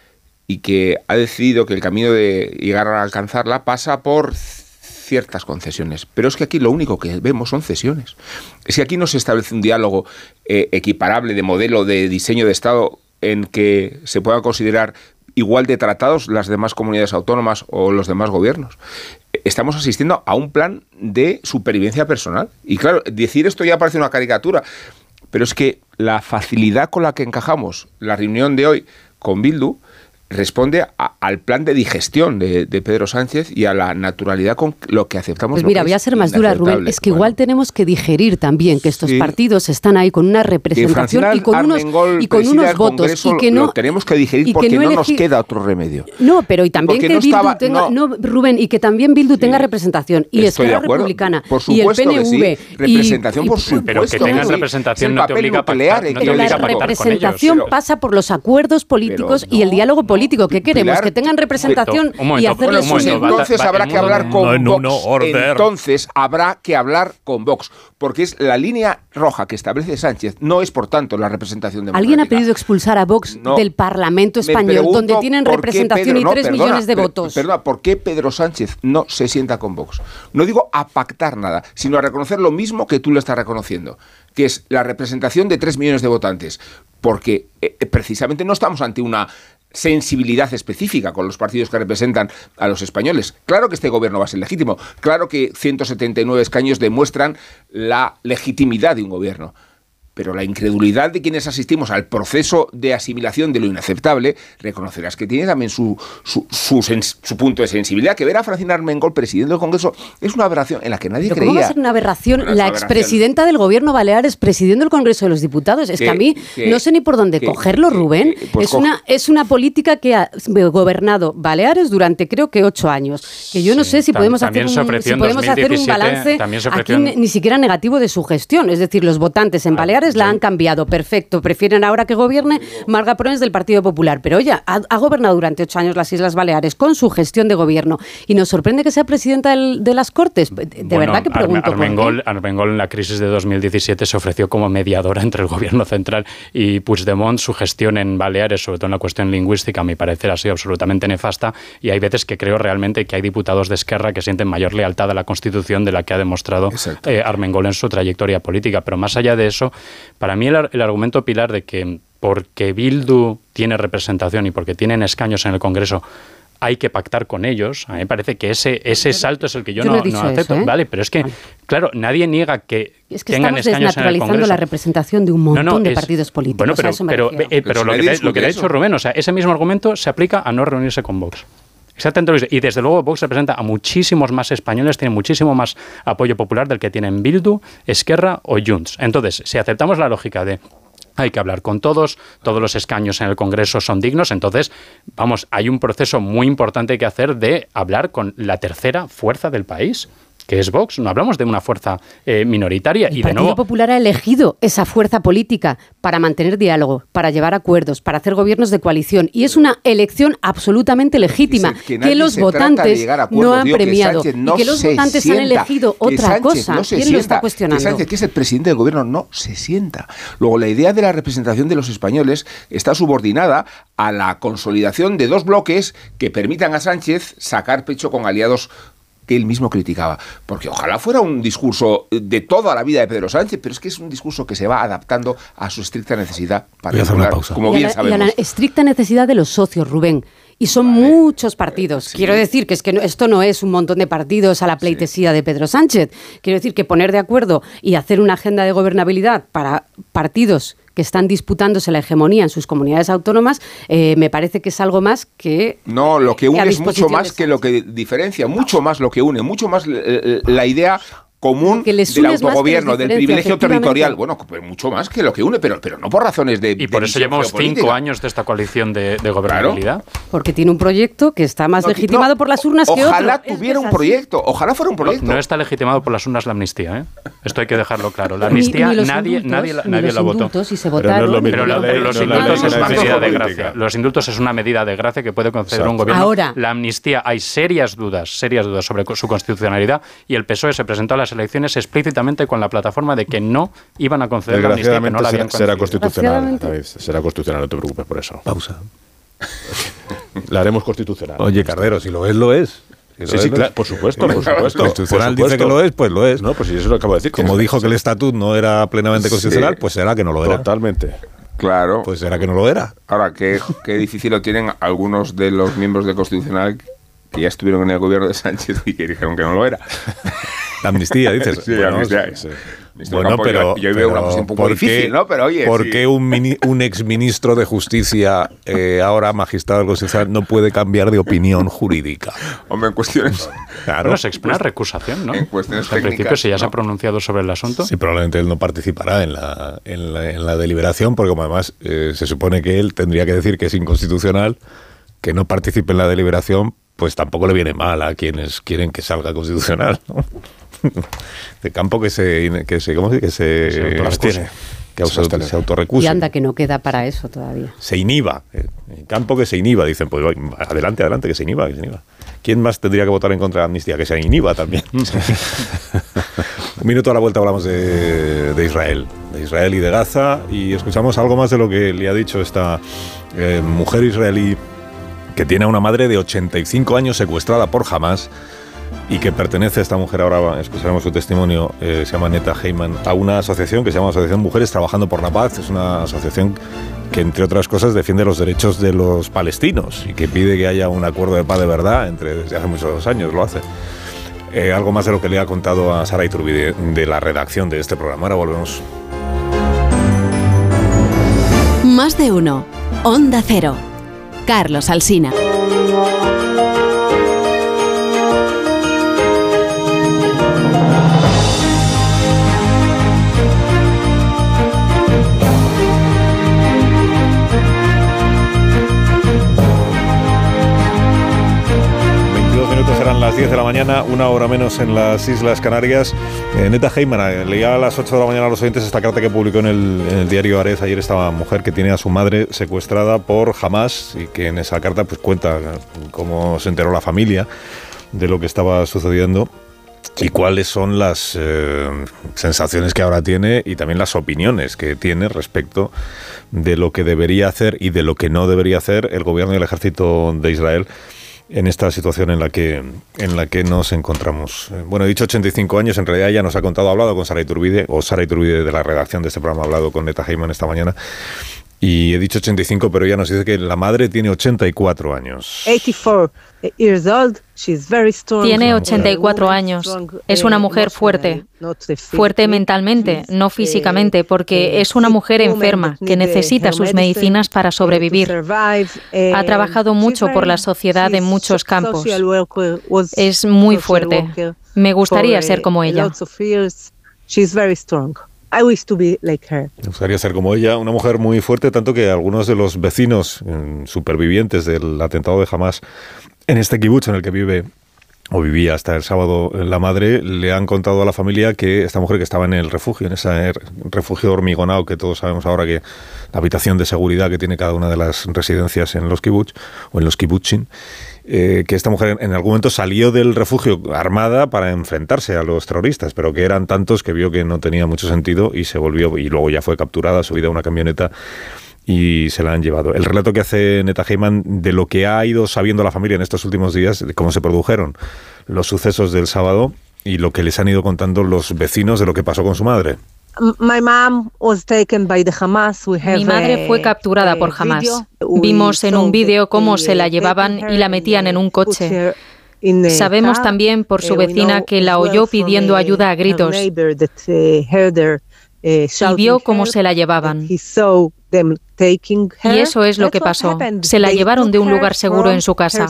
y que ha decidido que el camino de llegar a alcanzarla pasa por ciertas concesiones. Pero es que aquí lo único que vemos son cesiones. Es que aquí no se establece un diálogo eh, equiparable de modelo de diseño de Estado en que se puedan considerar igual de tratados las demás comunidades autónomas o los demás gobiernos. Estamos asistiendo a un plan de supervivencia personal. Y claro, decir esto ya parece una caricatura, pero es que la facilidad con la que encajamos la reunión de hoy con Bildu responde a, al plan de digestión de, de Pedro Sánchez y a la naturalidad con lo que aceptamos. Pues mira, voy a ser más dura, Rubén. Es que bueno, igual tenemos que digerir también que estos sí. partidos están ahí con una representación y con unos, y con unos votos. Y que no, lo tenemos que digerir porque que no, no nos queda otro remedio. No, pero y también porque que no Bildu estaba, tenga, no, no, Rubén, y que también Bildu sí. tenga representación. Y Esquerra Republicana y el P N V. Sí. Representación, y, por supuesto. Pero que tengan representación no te obliga a pactar. Pero la representación pasa por los acuerdos políticos y el diálogo político político. ¿Qué queremos? Pilar, que tengan representación un momento, y hacerles pues un... entonces habrá que hablar con no, Vox. no, order. Entonces habrá que hablar con Vox, porque es la línea roja que establece Sánchez, no es por tanto la representación democrática. Alguien ha pedido expulsar a Vox no, del Parlamento español, donde tienen representación Pedro, y no, tres perdona, millones de per, votos. Perdona, ¿por qué Pedro Sánchez no se sienta con Vox? No digo a pactar nada, sino a reconocer lo mismo que tú le estás reconociendo, que es la representación de tres millones de votantes, porque eh, precisamente no estamos ante una sensibilidad específica con los partidos que representan a los españoles. Claro que este gobierno va a ser legítimo, claro que ciento setenta y nueve escaños demuestran la legitimidad de un gobierno, pero la incredulidad de quienes asistimos al proceso de asimilación de lo inaceptable, reconocerás que tiene también su, su, su, sens, su punto de sensibilidad. Que ver a Francina Armengol, presidente del Congreso, es una aberración en la que nadie ¿Pero creía. ¿Cómo va a ser una aberración Bueno, la es una expresidenta aberración. del Gobierno Baleares presidiendo el Congreso de los Diputados? Es que, Que- a mí que- no sé ni por dónde que- cogerlo, Rubén. que- pues es, una, es una política que ha gobernado Baleares durante creo que ocho años. Que yo no sé si Tam- podemos también hacer se un, ofreció si en podemos hacer un dos mil diecisiete, balance también se aquí ofreció en- ni, ni siquiera negativo de su gestión. Es decir, los votantes en Baleares la han cambiado. Perfecto. Prefieren ahora que gobierne Marga Proens del Partido Popular. Pero oye, ha, ha gobernado durante ocho años las Islas Baleares con su gestión de gobierno y nos sorprende que sea presidenta del- de las Cortes. De Bueno, verdad que pregunto. ¿por qué? Armengol, Armengol en la crisis de dos mil diecisiete se ofreció como mediadora entre el gobierno central y Puigdemont. Su gestión en Baleares, sobre todo en la cuestión lingüística, a mi parecer ha sido absolutamente nefasta, y hay veces que creo realmente que hay diputados de Esquerra que sienten mayor lealtad a la Constitución de la que ha demostrado eh, Armengol en su trayectoria política. Pero más allá de eso, para mí el, ar- el argumento pilar de que porque Bildu tiene representación y porque tienen escaños en el Congreso hay que pactar con ellos, a mí me parece que ese, ese salto es el que yo, Yo no no, he dicho no acepto. eso, ¿eh? Vale, pero es que, claro, nadie niega que, Es que tengan estamos escaños en el desnaturalizando Congreso. la representación de un montón No, no, de es- partidos políticos. Bueno, a pero, eso me pero, refiero. eh, pero lo, que te, lo que te ha dicho Rubén, o sea, ese mismo argumento se aplica a no reunirse con Vox. Exactamente lo mismo. Y desde luego Vox representa a muchísimos más españoles, tiene muchísimo más apoyo popular del que tienen Bildu, Esquerra o Junts. Entonces, si aceptamos la lógica de hay que hablar con todos, todos los escaños en el Congreso son dignos, entonces, vamos, hay un proceso muy importante que hacer de hablar con la tercera fuerza del país, que es Vox. No hablamos de una fuerza eh, minoritaria. El y de Partido nuevo, Popular ha elegido esa fuerza política para mantener diálogo, para llevar acuerdos, para hacer gobiernos de coalición. Y es una elección absolutamente legítima Dice que que, nadie los se trata de votantes llegar a acuerdos, no han digo, que premiado. Sánchez no y que los se votantes sienta, han elegido que otra Sánchez cosa. no se ¿Quién sienta, lo está cuestionando? Que Sánchez, que es el presidente del gobierno, no se sienta. Luego, la idea de la representación de los españoles está subordinada a la consolidación de dos bloques que permitan a Sánchez sacar pecho con aliados que él mismo criticaba. Porque ojalá fuera un discurso de toda la vida de Pedro Sánchez, pero es que es un discurso que se va adaptando a su estricta necesidad particular, como y, a bien la, y a sabemos. la estricta necesidad de los socios, Rubén. Y son muchos partidos. Quiero decir que es que no, esto no es un montón de partidos a la pleitesía de Pedro Sánchez. Quiero decir que poner de acuerdo y hacer una agenda de gobernabilidad para partidos que están disputándose la hegemonía en sus comunidades autónomas, eh, me parece que es algo más que... No, lo que a une es disposición mucho más de que lo que diferencia, mucho más lo que une, mucho más eh, la idea común que les del une es más que les autogobierno, del diferencia, privilegio efectivamente. territorial. Bueno, pues mucho más que lo que une, pero, pero no por razones de... y por eso llevamos cinco años de esta coalición de, de gobernabilidad. Porque tiene un proyecto que está más No, legitimado no, por las urnas que otro. Ojalá Es que tuviera es un así. proyecto, ojalá fuera un proyecto. No, no está legitimado por las urnas la amnistía, ¿eh? Esto hay que dejarlo claro. La Ni- amnistía ni los nadie, indultos, nadie, la- ni nadie los la votó. indultos, y se Pero no es votaron. lo mismo. Pero Pero, la pero ley- los no, la indultos ley es no una es medida de política. gracia. Los indultos es una medida de gracia que puede conceder Exacto. un gobierno. Ahora. La amnistía, hay serias dudas, serias dudas sobre co- su constitucionalidad, y el P S O E se presentó a las elecciones explícitamente con la plataforma de que no iban a conceder la amnistía, que no Desgraciadamente la será, habían será concedido. constitucional, David, será constitucional, no te preocupes por eso. Pausa. La haremos constitucional. Oye, Cardero, si lo es, lo es. Si lo Sí, es, sí, lo claro, es. por supuesto, por El supuesto. Constitucional por dice supuesto. que lo es, pues lo es. No, pues si eso lo acabo de decir. Como dijo que el estatut no era plenamente constitucional, Sí. pues será que no lo era. Totalmente. Claro. Pues será que no lo era. Ahora, qué, qué difícil lo tienen algunos de los miembros del Constitucional que ya estuvieron en el gobierno de Sánchez y que dijeron que no lo era. La amnistía, dices. Sí, Bueno, amnistía. sí. Ministro Bueno, Campo, pero, yo, yo veo una pero posición un poco ¿por difícil, qué- ¿no? Pero oye, ¿por sí. qué un, mini- un exministro de Justicia, eh, ahora magistrado del Constitucional, no puede cambiar de opinión jurídica? Hombre, en cuestiones... Claro. Bueno, se expone una recusación, ¿no? En cuestiones En principio, técnicas, si ya se ha ¿no? pronunciado sobre el asunto. Sí, probablemente él no participará en la, en la, en la deliberación, porque como además eh, se supone que él tendría que decir que es inconstitucional, que no participe en la deliberación, pues tampoco le viene mal a quienes quieren que salga constitucional, ¿no? De campo que se, que se, ¿cómo se dice? Que se, Se autorrecuse. que auto- Se abstiene. se autorrecuse. Y anda que no queda para eso todavía. Se inhiba. Eh, Campo que se inhiba, dicen, pues adelante, adelante, que se inhiba, que se inhiba. ¿Quién más tendría que votar en contra de la amnistía? Que se inhiba también. Un minuto a la vuelta hablamos de, de Israel, de Israel y de Gaza, y escuchamos algo más de lo que le ha dicho esta eh, mujer israelí que tiene a una madre de ochenta y cinco años secuestrada por Hamas y que pertenece a esta mujer, ahora escucharemos su testimonio, eh, se llama Neta Heyman, a una asociación que se llama Asociación Mujeres Trabajando por la Paz. Es una asociación que, entre otras cosas, defiende los derechos de los palestinos y que pide que haya un acuerdo de paz de verdad, entre, desde hace muchos años lo hace. Eh, algo más de lo que le ha contado a Sara Iturbide de la redacción de este programa. Ahora volvemos. Más de uno. Onda Cero. Carlos Alsina. Serán las diez de la mañana, una hora menos en las Islas Canarias. Eh, Neta Heyman, leía a las ocho de la mañana a los oyentes esta carta que publicó en el, en el diario Ares ayer esta mujer que tiene a su madre secuestrada por Hamas y que en esa carta pues cuenta cómo se enteró la familia de lo que estaba sucediendo y cuáles son las eh, sensaciones que ahora tiene y también las opiniones que tiene respecto de lo que debería hacer y de lo que no debería hacer el gobierno y el ejército de Israel en esta situación en la que en la que nos encontramos. Bueno, he dicho ochenta y cinco años, en realidad ya nos ha contado, ha hablado con Sara Iturbide, o Sara Iturbide de la redacción de este programa ha hablado con Neta Heyman esta mañana, y he dicho ochenta y cinco, pero ella nos dice que la madre tiene ochenta y cuatro años. eighty-four years old. She's very strong. Tiene ochenta y cuatro años. Es una mujer fuerte. Fuerte mentalmente, no físicamente, porque es una mujer enferma que necesita sus medicinas para sobrevivir. Ha trabajado mucho por la sociedad en muchos campos. Es muy fuerte. Me gustaría ser como ella. I wish to be like her. Me gustaría ser como ella, una mujer muy fuerte, tanto que algunos de los vecinos eh, supervivientes del atentado de Hamas en este kibutz en el que vive o vivía hasta el sábado la madre, le han contado a la familia que esta mujer que estaba en el refugio, en ese refugio hormigonado que todos sabemos ahora, que la habitación de seguridad que tiene cada una de las residencias en los kibutz o en los kibutzim, Eh, que esta mujer en algún momento salió del refugio armada para enfrentarse a los terroristas, pero que eran tantos que vio que no tenía mucho sentido y se volvió, y luego ya fue capturada, subida a una camioneta y se la han llevado. El relato que hace Neta Heyman de lo que ha ido sabiendo la familia en estos últimos días, de cómo se produjeron los sucesos del sábado y lo que les han ido contando los vecinos de lo que pasó con su madre. My mom was taken by the Hamas. We have Mi madre fue capturada por Hamas. Vimos en un vídeo cómo se la llevaban y la metían en un coche. Sabemos también por su vecina que la oyó pidiendo ayuda a gritos y vio cómo se la llevaban. Y eso es lo que pasó. Se la llevaron de un lugar seguro en su casa.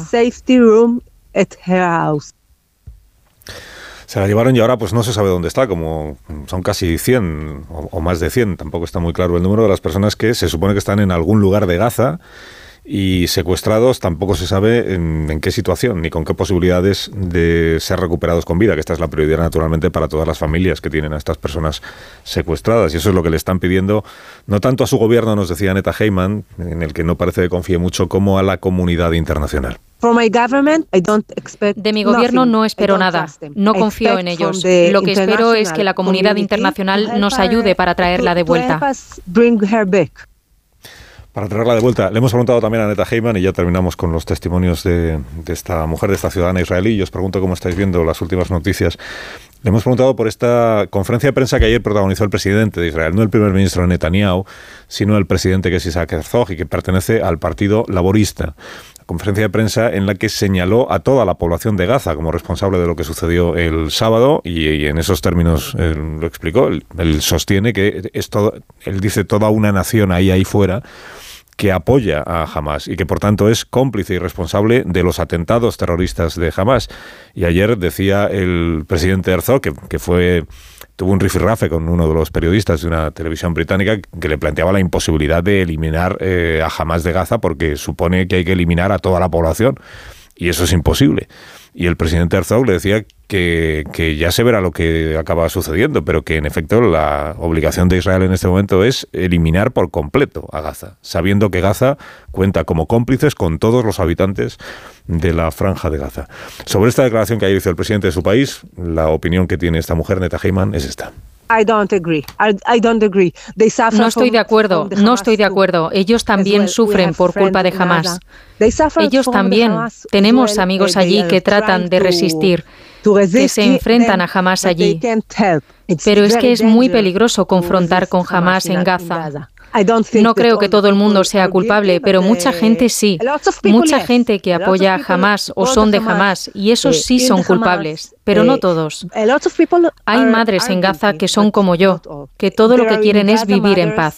Se la llevaron y ahora pues no se sabe dónde está, como son casi cien o, o más de cien, tampoco está muy claro el número de las personas que se supone que están en algún lugar de Gaza y secuestrados, tampoco se sabe en, en qué situación ni con qué posibilidades de ser recuperados con vida, que esta es la prioridad naturalmente para todas las familias que tienen a estas personas secuestradas, y eso es lo que le están pidiendo no tanto a su gobierno, nos decía Neta Heyman, en el que no parece que confíe mucho, como a la comunidad internacional. De mi gobierno no espero nada, no confío en ellos. Lo que espero es que la comunidad internacional nos ayude para traerla de vuelta. Para traerla de vuelta. Le hemos preguntado también a Neta Heyman y ya terminamos con los testimonios de, de esta mujer, de esta ciudadana israelí. Y os pregunto cómo estáis viendo las últimas noticias. Le hemos preguntado por esta conferencia de prensa que ayer protagonizó el presidente de Israel, no el primer ministro Netanyahu, sino el presidente que es Isaac Herzog y que pertenece al Partido Laborista. Conferencia de prensa en la que señaló a toda la población de Gaza como responsable de lo que sucedió el sábado y, y en esos términos él lo explicó. Él, él sostiene que es todo, él dice toda una nación ahí ahí fuera que apoya a Hamas y que por tanto es cómplice y responsable de los atentados terroristas de Hamas. Y ayer decía el presidente Herzog, que, que fue tuvo un rifirrafe con uno de los periodistas de una televisión británica que le planteaba la imposibilidad de eliminar eh, a Hamas de Gaza porque supone que hay que eliminar a toda la población. y eso es imposible. Y el presidente Herzog le decía que, que ya se verá lo que acaba sucediendo, pero que en efecto la obligación de Israel en este momento es eliminar por completo a Gaza, sabiendo que Gaza cuenta como cómplices con todos los habitantes de la Franja de Gaza. Sobre esta declaración que ayer hizo el presidente de su país, la opinión que tiene esta mujer, Neta Heyman, es esta. I don't agree. I, I don't agree. They suffer No estoy de acuerdo, from, from no estoy de acuerdo. Ellos también sufren por culpa de Hamas. Ellos también. Tenemos amigos allí que tratan de resistir, que se enfrentan a Hamas allí. Pero es que es muy peligroso confrontar con Hamas en Gaza. No creo que todo el mundo sea culpable, pero mucha gente sí. Mucha gente que apoya a Hamas o son de Hamas, y esos sí son culpables, pero no todos. Hay madres en Gaza que son como yo, que todo lo que quieren es vivir en paz.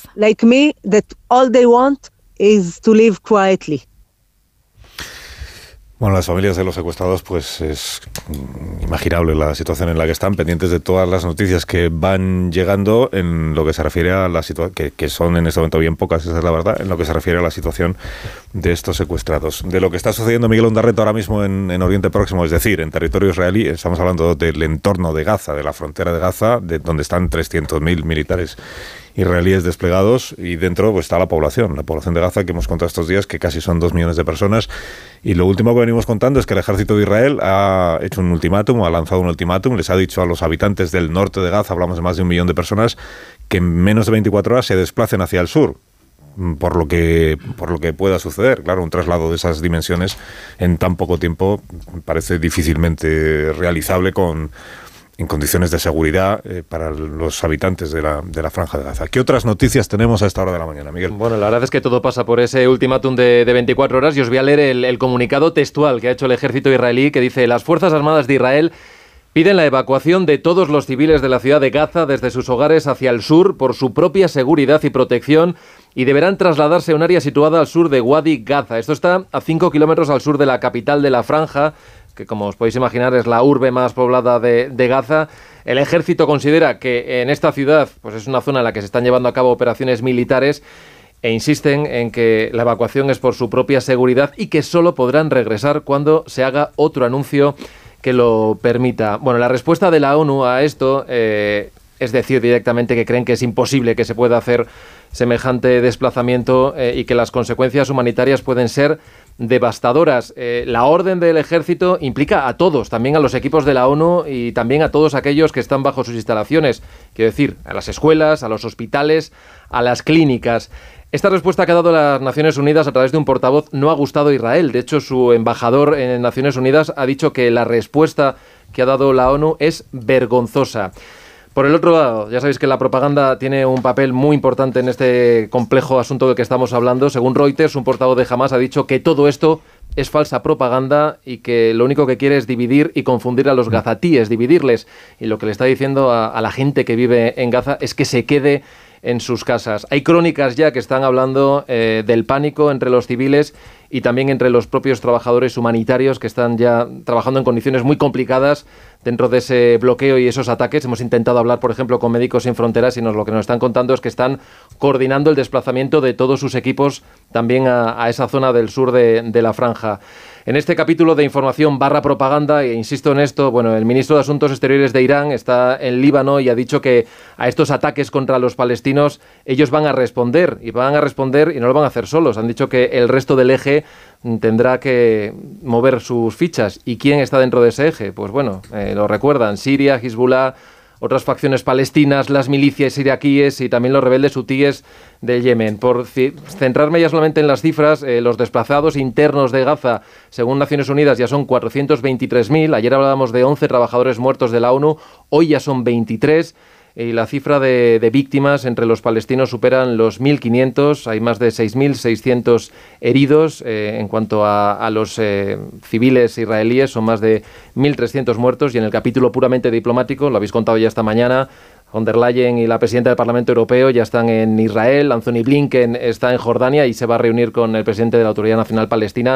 Bueno, las familias de los secuestrados, pues es imaginable la situación en la que están, pendientes de todas las noticias que van llegando en lo que se refiere a la situación, que, que son en este momento bien pocas, esa es la verdad, en lo que se refiere a la situación de estos secuestrados. De lo que está sucediendo, Miguel Ondarreto, ahora mismo en, en Oriente Próximo, es decir, en territorio israelí, estamos hablando del entorno de Gaza, de la frontera de Gaza, de donde están trescientos mil militares israelíes desplegados, y dentro pues está la población, la población de Gaza que hemos contado estos días, que casi son dos millones de personas. Y lo último que venimos contando es que el ejército de Israel ha hecho un ultimátum, ha lanzado un ultimátum, les ha dicho a los habitantes del norte de Gaza, hablamos de más de un millón de personas, que en menos de veinticuatro horas se desplacen hacia el sur, por lo que por lo que pueda suceder. Claro, un traslado de esas dimensiones en tan poco tiempo parece difícilmente realizable con en condiciones de seguridad eh, para los habitantes de la, de la Franja de Gaza. ¿Qué otras noticias tenemos a esta hora de la mañana, Miguel? Bueno, la verdad es que todo pasa por ese ultimátum de, de veinticuatro horas, y os voy a leer el, el comunicado textual que ha hecho el ejército israelí, que dice: las Fuerzas Armadas de Israel piden la evacuación de todos los civiles de la ciudad de Gaza desde sus hogares hacia el sur por su propia seguridad y protección, y deberán trasladarse a un área situada al sur de Wadi Gaza. Esto está a cinco kilómetros al sur de la capital de la Franja, que como os podéis imaginar es la urbe más poblada de, de Gaza. El ejército considera que en esta ciudad pues es una zona en la que se están llevando a cabo operaciones militares, e insisten en que la evacuación es por su propia seguridad y que solo podrán regresar cuando se haga otro anuncio que lo permita. Bueno, la respuesta de la ONU a esto eh, es decir directamente que creen que es imposible que se pueda hacer semejante desplazamiento eh, y que las consecuencias humanitarias pueden ser devastadoras. Eh, la orden del ejército implica a todos, también a los equipos de la ONU y también a todos aquellos que están bajo sus instalaciones, quiero decir, a las escuelas, a los hospitales, a las clínicas. Esta respuesta que ha dado las Naciones Unidas a través de un portavoz no ha gustado a Israel. De hecho, su embajador en Naciones Unidas ha dicho que la respuesta que ha dado la ONU es vergonzosa. Por el otro lado, ya sabéis que la propaganda tiene un papel muy importante en este complejo asunto del que estamos hablando. Según Reuters, un portavoz de Hamas ha dicho que todo esto es falsa propaganda y que lo único que quiere es dividir y confundir a los gazatíes, dividirles. Y lo que le está diciendo a, a la gente que vive en Gaza es que se quede en sus casas. Hay crónicas ya que están hablando eh, del pánico entre los civiles y también entre los propios trabajadores humanitarios que están ya trabajando en condiciones muy complicadas dentro de ese bloqueo y esos ataques. Hemos intentado hablar, por ejemplo, con Médicos Sin Fronteras y nos, lo que nos están contando es que están coordinando el desplazamiento de todos sus equipos también a, a esa zona del sur de, de la Franja. En este capítulo de información barra propaganda, e insisto en esto, bueno, el ministro de Asuntos Exteriores de Irán está en Líbano y ha dicho que a estos ataques contra los palestinos ellos van a responder, y van a responder y no lo van a hacer solos. Han dicho que el resto del eje tendrá que mover sus fichas. ¿Y quién está dentro de ese eje? Pues bueno, eh, lo recuerdan, Siria, Hezbollah, otras facciones palestinas, las milicias iraquíes y también los rebeldes hutíes de Yemen. Por centrarme ya solamente en las cifras, eh, los desplazados internos de Gaza, según Naciones Unidas, ya son cuatrocientos veintitrés mil. Ayer hablábamos de once trabajadores muertos de la ONU, hoy ya son veintitrés. Y la cifra de, de víctimas entre los palestinos superan los mil quinientos, hay más de seis mil seiscientos heridos. Eh, en cuanto a, a los eh, civiles israelíes, son más de mil trescientos muertos. Y en el capítulo puramente diplomático, lo habéis contado ya esta mañana, von der Leyen y la presidenta del Parlamento Europeo ya están en Israel, Anthony Blinken está en Jordania y se va a reunir con el presidente de la Autoridad Nacional Palestina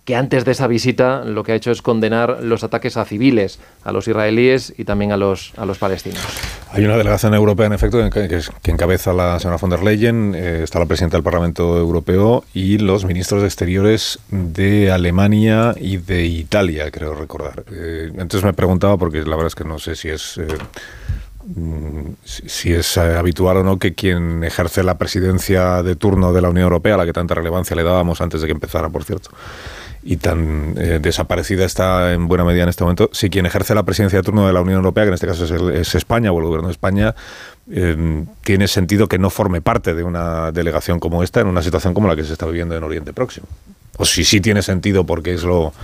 que antes de esa visita lo que ha hecho es condenar los ataques a civiles, a los israelíes y también a los, a los palestinos. Hay una delegación europea, en efecto, que, que, que encabeza la señora von der Leyen, eh, está la presidenta del Parlamento Europeo y los ministros de Exteriores de Alemania y de Italia, creo recordar. Eh, entonces me preguntaba, porque la verdad es que no sé si es... Eh, si es habitual o no que quien ejerce la presidencia de turno de la Unión Europea, a la que tanta relevancia le dábamos antes de que empezara, por cierto, y tan eh, desaparecida está en buena medida en este momento, si quien ejerce la presidencia de turno de la Unión Europea, que en este caso es, el, es España o el gobierno de España, eh, tiene sentido que no forme parte de una delegación como esta en una situación como la que se está viviendo en Oriente Próximo. O si sí tiene sentido porque es lo...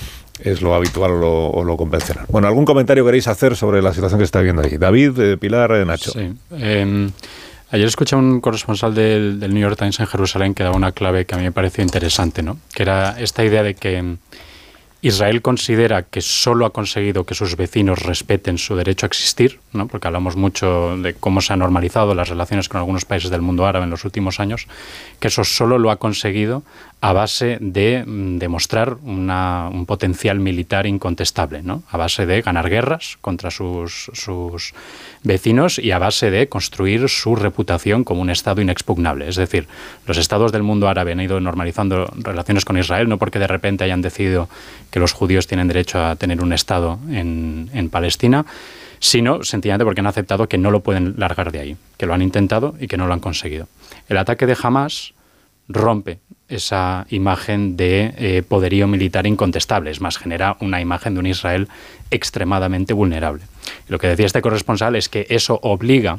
es lo habitual o lo, o lo convencional. Bueno, ¿algún comentario queréis hacer sobre la situación que se está viendo ahí? David, eh, Pilar, eh, Nacho. Sí. Eh, ayer escuché a un corresponsal del, del New York Times en Jerusalén que daba una clave que a mí me pareció interesante, ¿no? Que era esta idea de que Israel considera que solo ha conseguido que sus vecinos respeten su derecho a existir, ¿no? Porque hablamos mucho de cómo se han normalizado las relaciones con algunos países del mundo árabe en los últimos años, que eso solo lo ha conseguido a base de demostrar una, un potencial militar incontestable, ¿no? A base de ganar guerras contra sus, sus vecinos y a base de construir su reputación como un Estado inexpugnable. Es decir, los estados del mundo árabe han ido normalizando relaciones con Israel, no porque de repente hayan decidido que los judíos tienen derecho a tener un Estado en, en Palestina, sino sencillamente porque han aceptado que no lo pueden largar de ahí, que lo han intentado y que no lo han conseguido. El ataque de Hamás rompe esa imagen de eh, poderío militar incontestable, es más, genera una imagen de un Israel extremadamente vulnerable. Y lo que decía este corresponsal es que eso obliga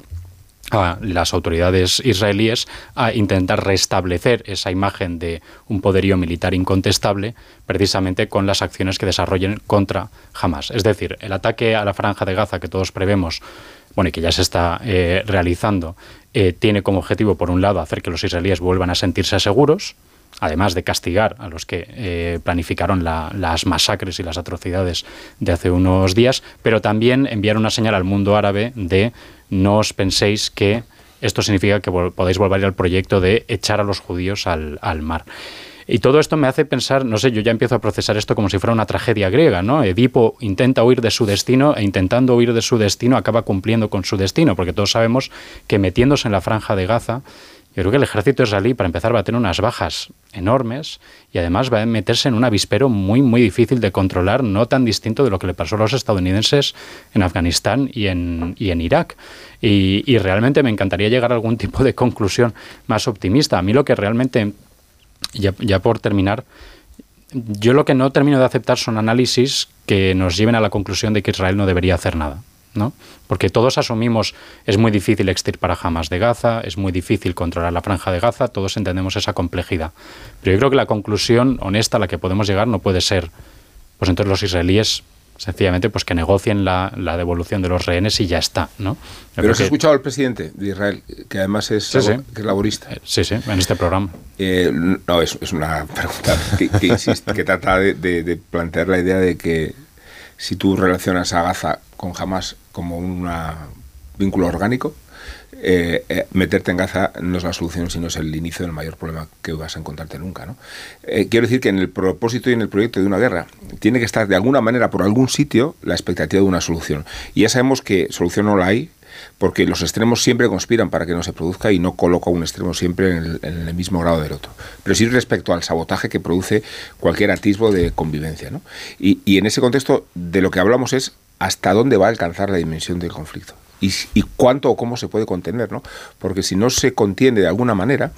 a las autoridades israelíes a intentar restablecer esa imagen de un poderío militar incontestable precisamente con las acciones que desarrollen contra Hamás. Es decir, el ataque a la Franja de Gaza que todos prevemos, bueno, y que ya se está eh, realizando, eh, tiene como objetivo, por un lado, hacer que los israelíes vuelvan a sentirse seguros, además de castigar a los que eh, planificaron la, las masacres y las atrocidades de hace unos días, pero también enviar una señal al mundo árabe de no os penséis que esto significa que vol- podáis volver al proyecto de echar a los judíos al, al mar. Y todo esto me hace pensar, no sé, yo ya empiezo a procesar esto como si fuera una tragedia griega, ¿no? Edipo intenta huir de su destino e intentando huir de su destino acaba cumpliendo con su destino, porque todos sabemos que metiéndose en la Franja de Gaza, yo creo que el ejército israelí, para empezar, va a tener unas bajas enormes y además va a meterse en un avispero muy, muy difícil de controlar, no tan distinto de lo que le pasó a los estadounidenses en Afganistán y en, y en Irak. Y, y realmente me encantaría llegar a algún tipo de conclusión más optimista. A mí lo que realmente, ya, ya por terminar, yo lo que no termino de aceptar son análisis que nos lleven a la conclusión de que Israel no debería hacer nada, ¿no? Porque todos asumimos, es muy difícil extirpar a Hamás de Gaza, es muy difícil controlar la Franja de Gaza, todos entendemos esa complejidad. Pero yo creo que la conclusión honesta a la que podemos llegar no puede ser, pues entonces los israelíes sencillamente pues que negocien la, la devolución de los rehenes y ya está, ¿no? Yo Pero has que... escuchado al presidente de Israel, que además es, sí, labor, sí. que es laborista. Sí, sí, en este programa. Eh, no, es, es una pregunta que, que, insiste, que trata de, de, de plantear la idea de que si tú relacionas a Gaza con Hamás como un vínculo orgánico, eh, eh, meterte en Gaza no es la solución, sino es el inicio del mayor problema que vas a encontrarte nunca, ¿no? Eh, quiero decir que en el propósito y en el proyecto de una guerra tiene que estar de alguna manera, por algún sitio, la expectativa de una solución. Y ya sabemos que solución no la hay, porque los extremos siempre conspiran para que no se produzca y no coloca un extremo siempre en el, en el mismo grado del otro. Pero sí respecto al sabotaje que produce cualquier atisbo de convivencia, ¿no? Y, y en ese contexto de lo que hablamos es hasta dónde va a alcanzar la dimensión del conflicto y, y cuánto o cómo se puede contener, ¿no? Porque si no se contiene de alguna manera,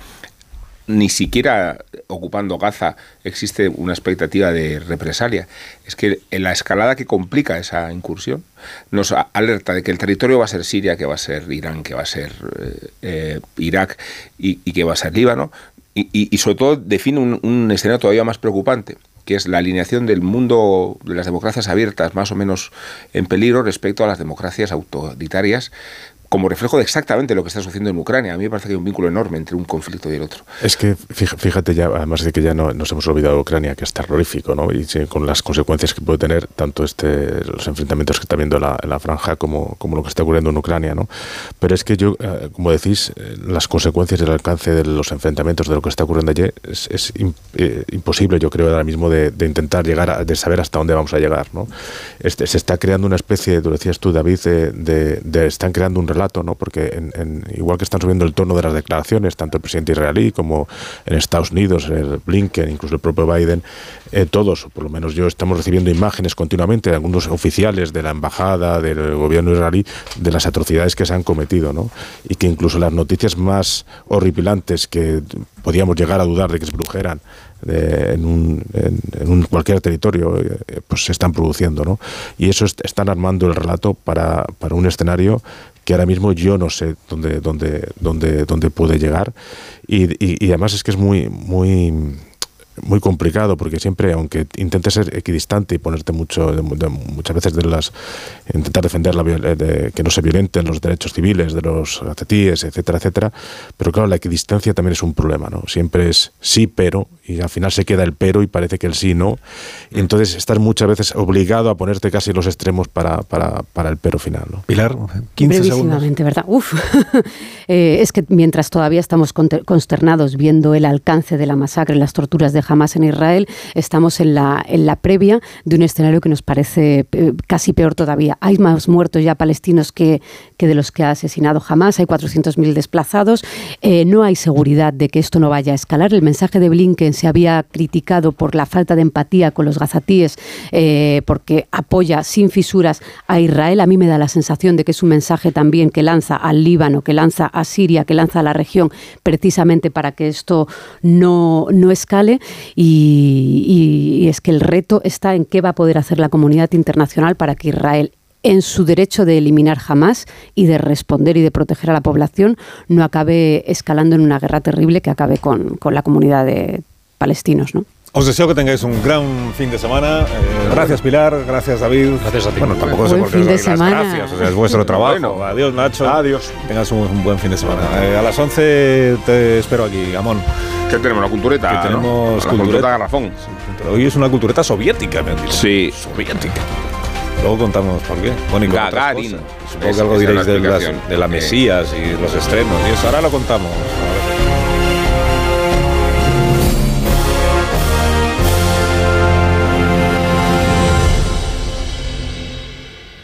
ni siquiera ocupando Gaza existe una expectativa de represalia. Es que en la escalada que complica esa incursión nos alerta de que el territorio va a ser Siria, que va a ser Irán, que va a ser eh, eh, Irak y, y que va a ser Líbano, y, y, y sobre todo define un, un escenario todavía más preocupante, que es la alineación del mundo de las democracias abiertas más o menos en peligro respecto a las democracias autoritarias, como reflejo de exactamente lo que está sucediendo en Ucrania. A mí me parece que hay un vínculo enorme entre un conflicto y el otro. Es que, fíjate ya, además de que ya no nos hemos olvidado de Ucrania, que es terrorífico, ¿no? Y sí, con las consecuencias que puede tener tanto este los enfrentamientos que está viendo la, en la franja como, como lo que está ocurriendo en Ucrania, ¿no? Pero es que yo, eh, como decís, eh, las consecuencias y el alcance de los enfrentamientos, de lo que está ocurriendo allí, es, es imp, eh, imposible, yo creo, ahora mismo de, de intentar llegar, a, de saber hasta dónde vamos a llegar, ¿no? Este, se está creando una especie, lo decías tú, David, de, de, de están creando un relato, ¿no? Porque en, en, igual que están subiendo el tono de las declaraciones, tanto el presidente israelí como en Estados Unidos, el Blinken, incluso el propio Biden, eh, todos, por lo menos yo, estamos recibiendo imágenes continuamente de algunos oficiales de la embajada, del gobierno israelí, de las atrocidades que se han cometido, ¿no? Y que incluso las noticias más horripilantes que podíamos llegar a dudar de que se produjeran De, en, un, en, en un cualquier territorio, eh, pues se están produciendo, ¿no? Y eso est están armando el relato para, para un escenario que ahora mismo yo no sé dónde, dónde, dónde, dónde puede llegar. Y, y, y además es que es muy, muy, muy complicado, porque siempre, aunque intentes ser equidistante y ponerte mucho, de, de, muchas veces de las, intentar defender la, de, que no se violenten los derechos civiles de los azetíes, etcétera, etcétera, pero claro, la equidistancia también es un problema, ¿no? Siempre es sí, pero, y al final se queda el pero y parece que el sí no, y entonces estás muchas veces obligado a ponerte casi los extremos para, para, para el pero final, ¿no? Pilar, quince segundos. ¿Verdad? Uf. eh, es que mientras todavía estamos consternados viendo el alcance de la masacre, las torturas de Hamás en Israel, estamos en la, en la previa de un escenario que nos parece eh, casi peor todavía. Hay más muertos ya palestinos que, que de los que ha asesinado Hamás, hay cuatrocientos mil desplazados, eh, no hay seguridad de que esto no vaya a escalar. El mensaje de Blinken se había criticado por la falta de empatía con los gazatíes, eh, porque apoya sin fisuras a Israel. A mí me da la sensación de que es un mensaje también que lanza al Líbano, que lanza a Siria, que lanza a la región, precisamente para que esto no, no escale. Y, y, y es que el reto está en qué va a poder hacer la comunidad internacional para que Israel, en su derecho de eliminar Hamás y de responder y de proteger a la población, no acabe escalando en una guerra terrible que acabe con, con la comunidad de palestinos, ¿no? Os deseo que tengáis un gran fin de semana. Eh, gracias, Pilar. Gracias, David. Gracias a ti. Bueno, tampoco sé por qué os doy las gracias. O sea, es vuestro trabajo. Bueno, adiós, Nacho. Adiós. Tengas un, un buen fin de semana. Eh, a las once te espero aquí, Gamón. ¿Qué tenemos? La cultureta. Que tenemos ¿no? La cultureta, cultureta Garrafón. Sí, hoy es una cultureta soviética, me han dicho. Sí. Soviética. Luego contamos por qué. Bueno, y con Gagarin. otras cosas. Supongo que algo diréis de, las, de la Mesías y los estrenos y eso. Ahora lo contamos.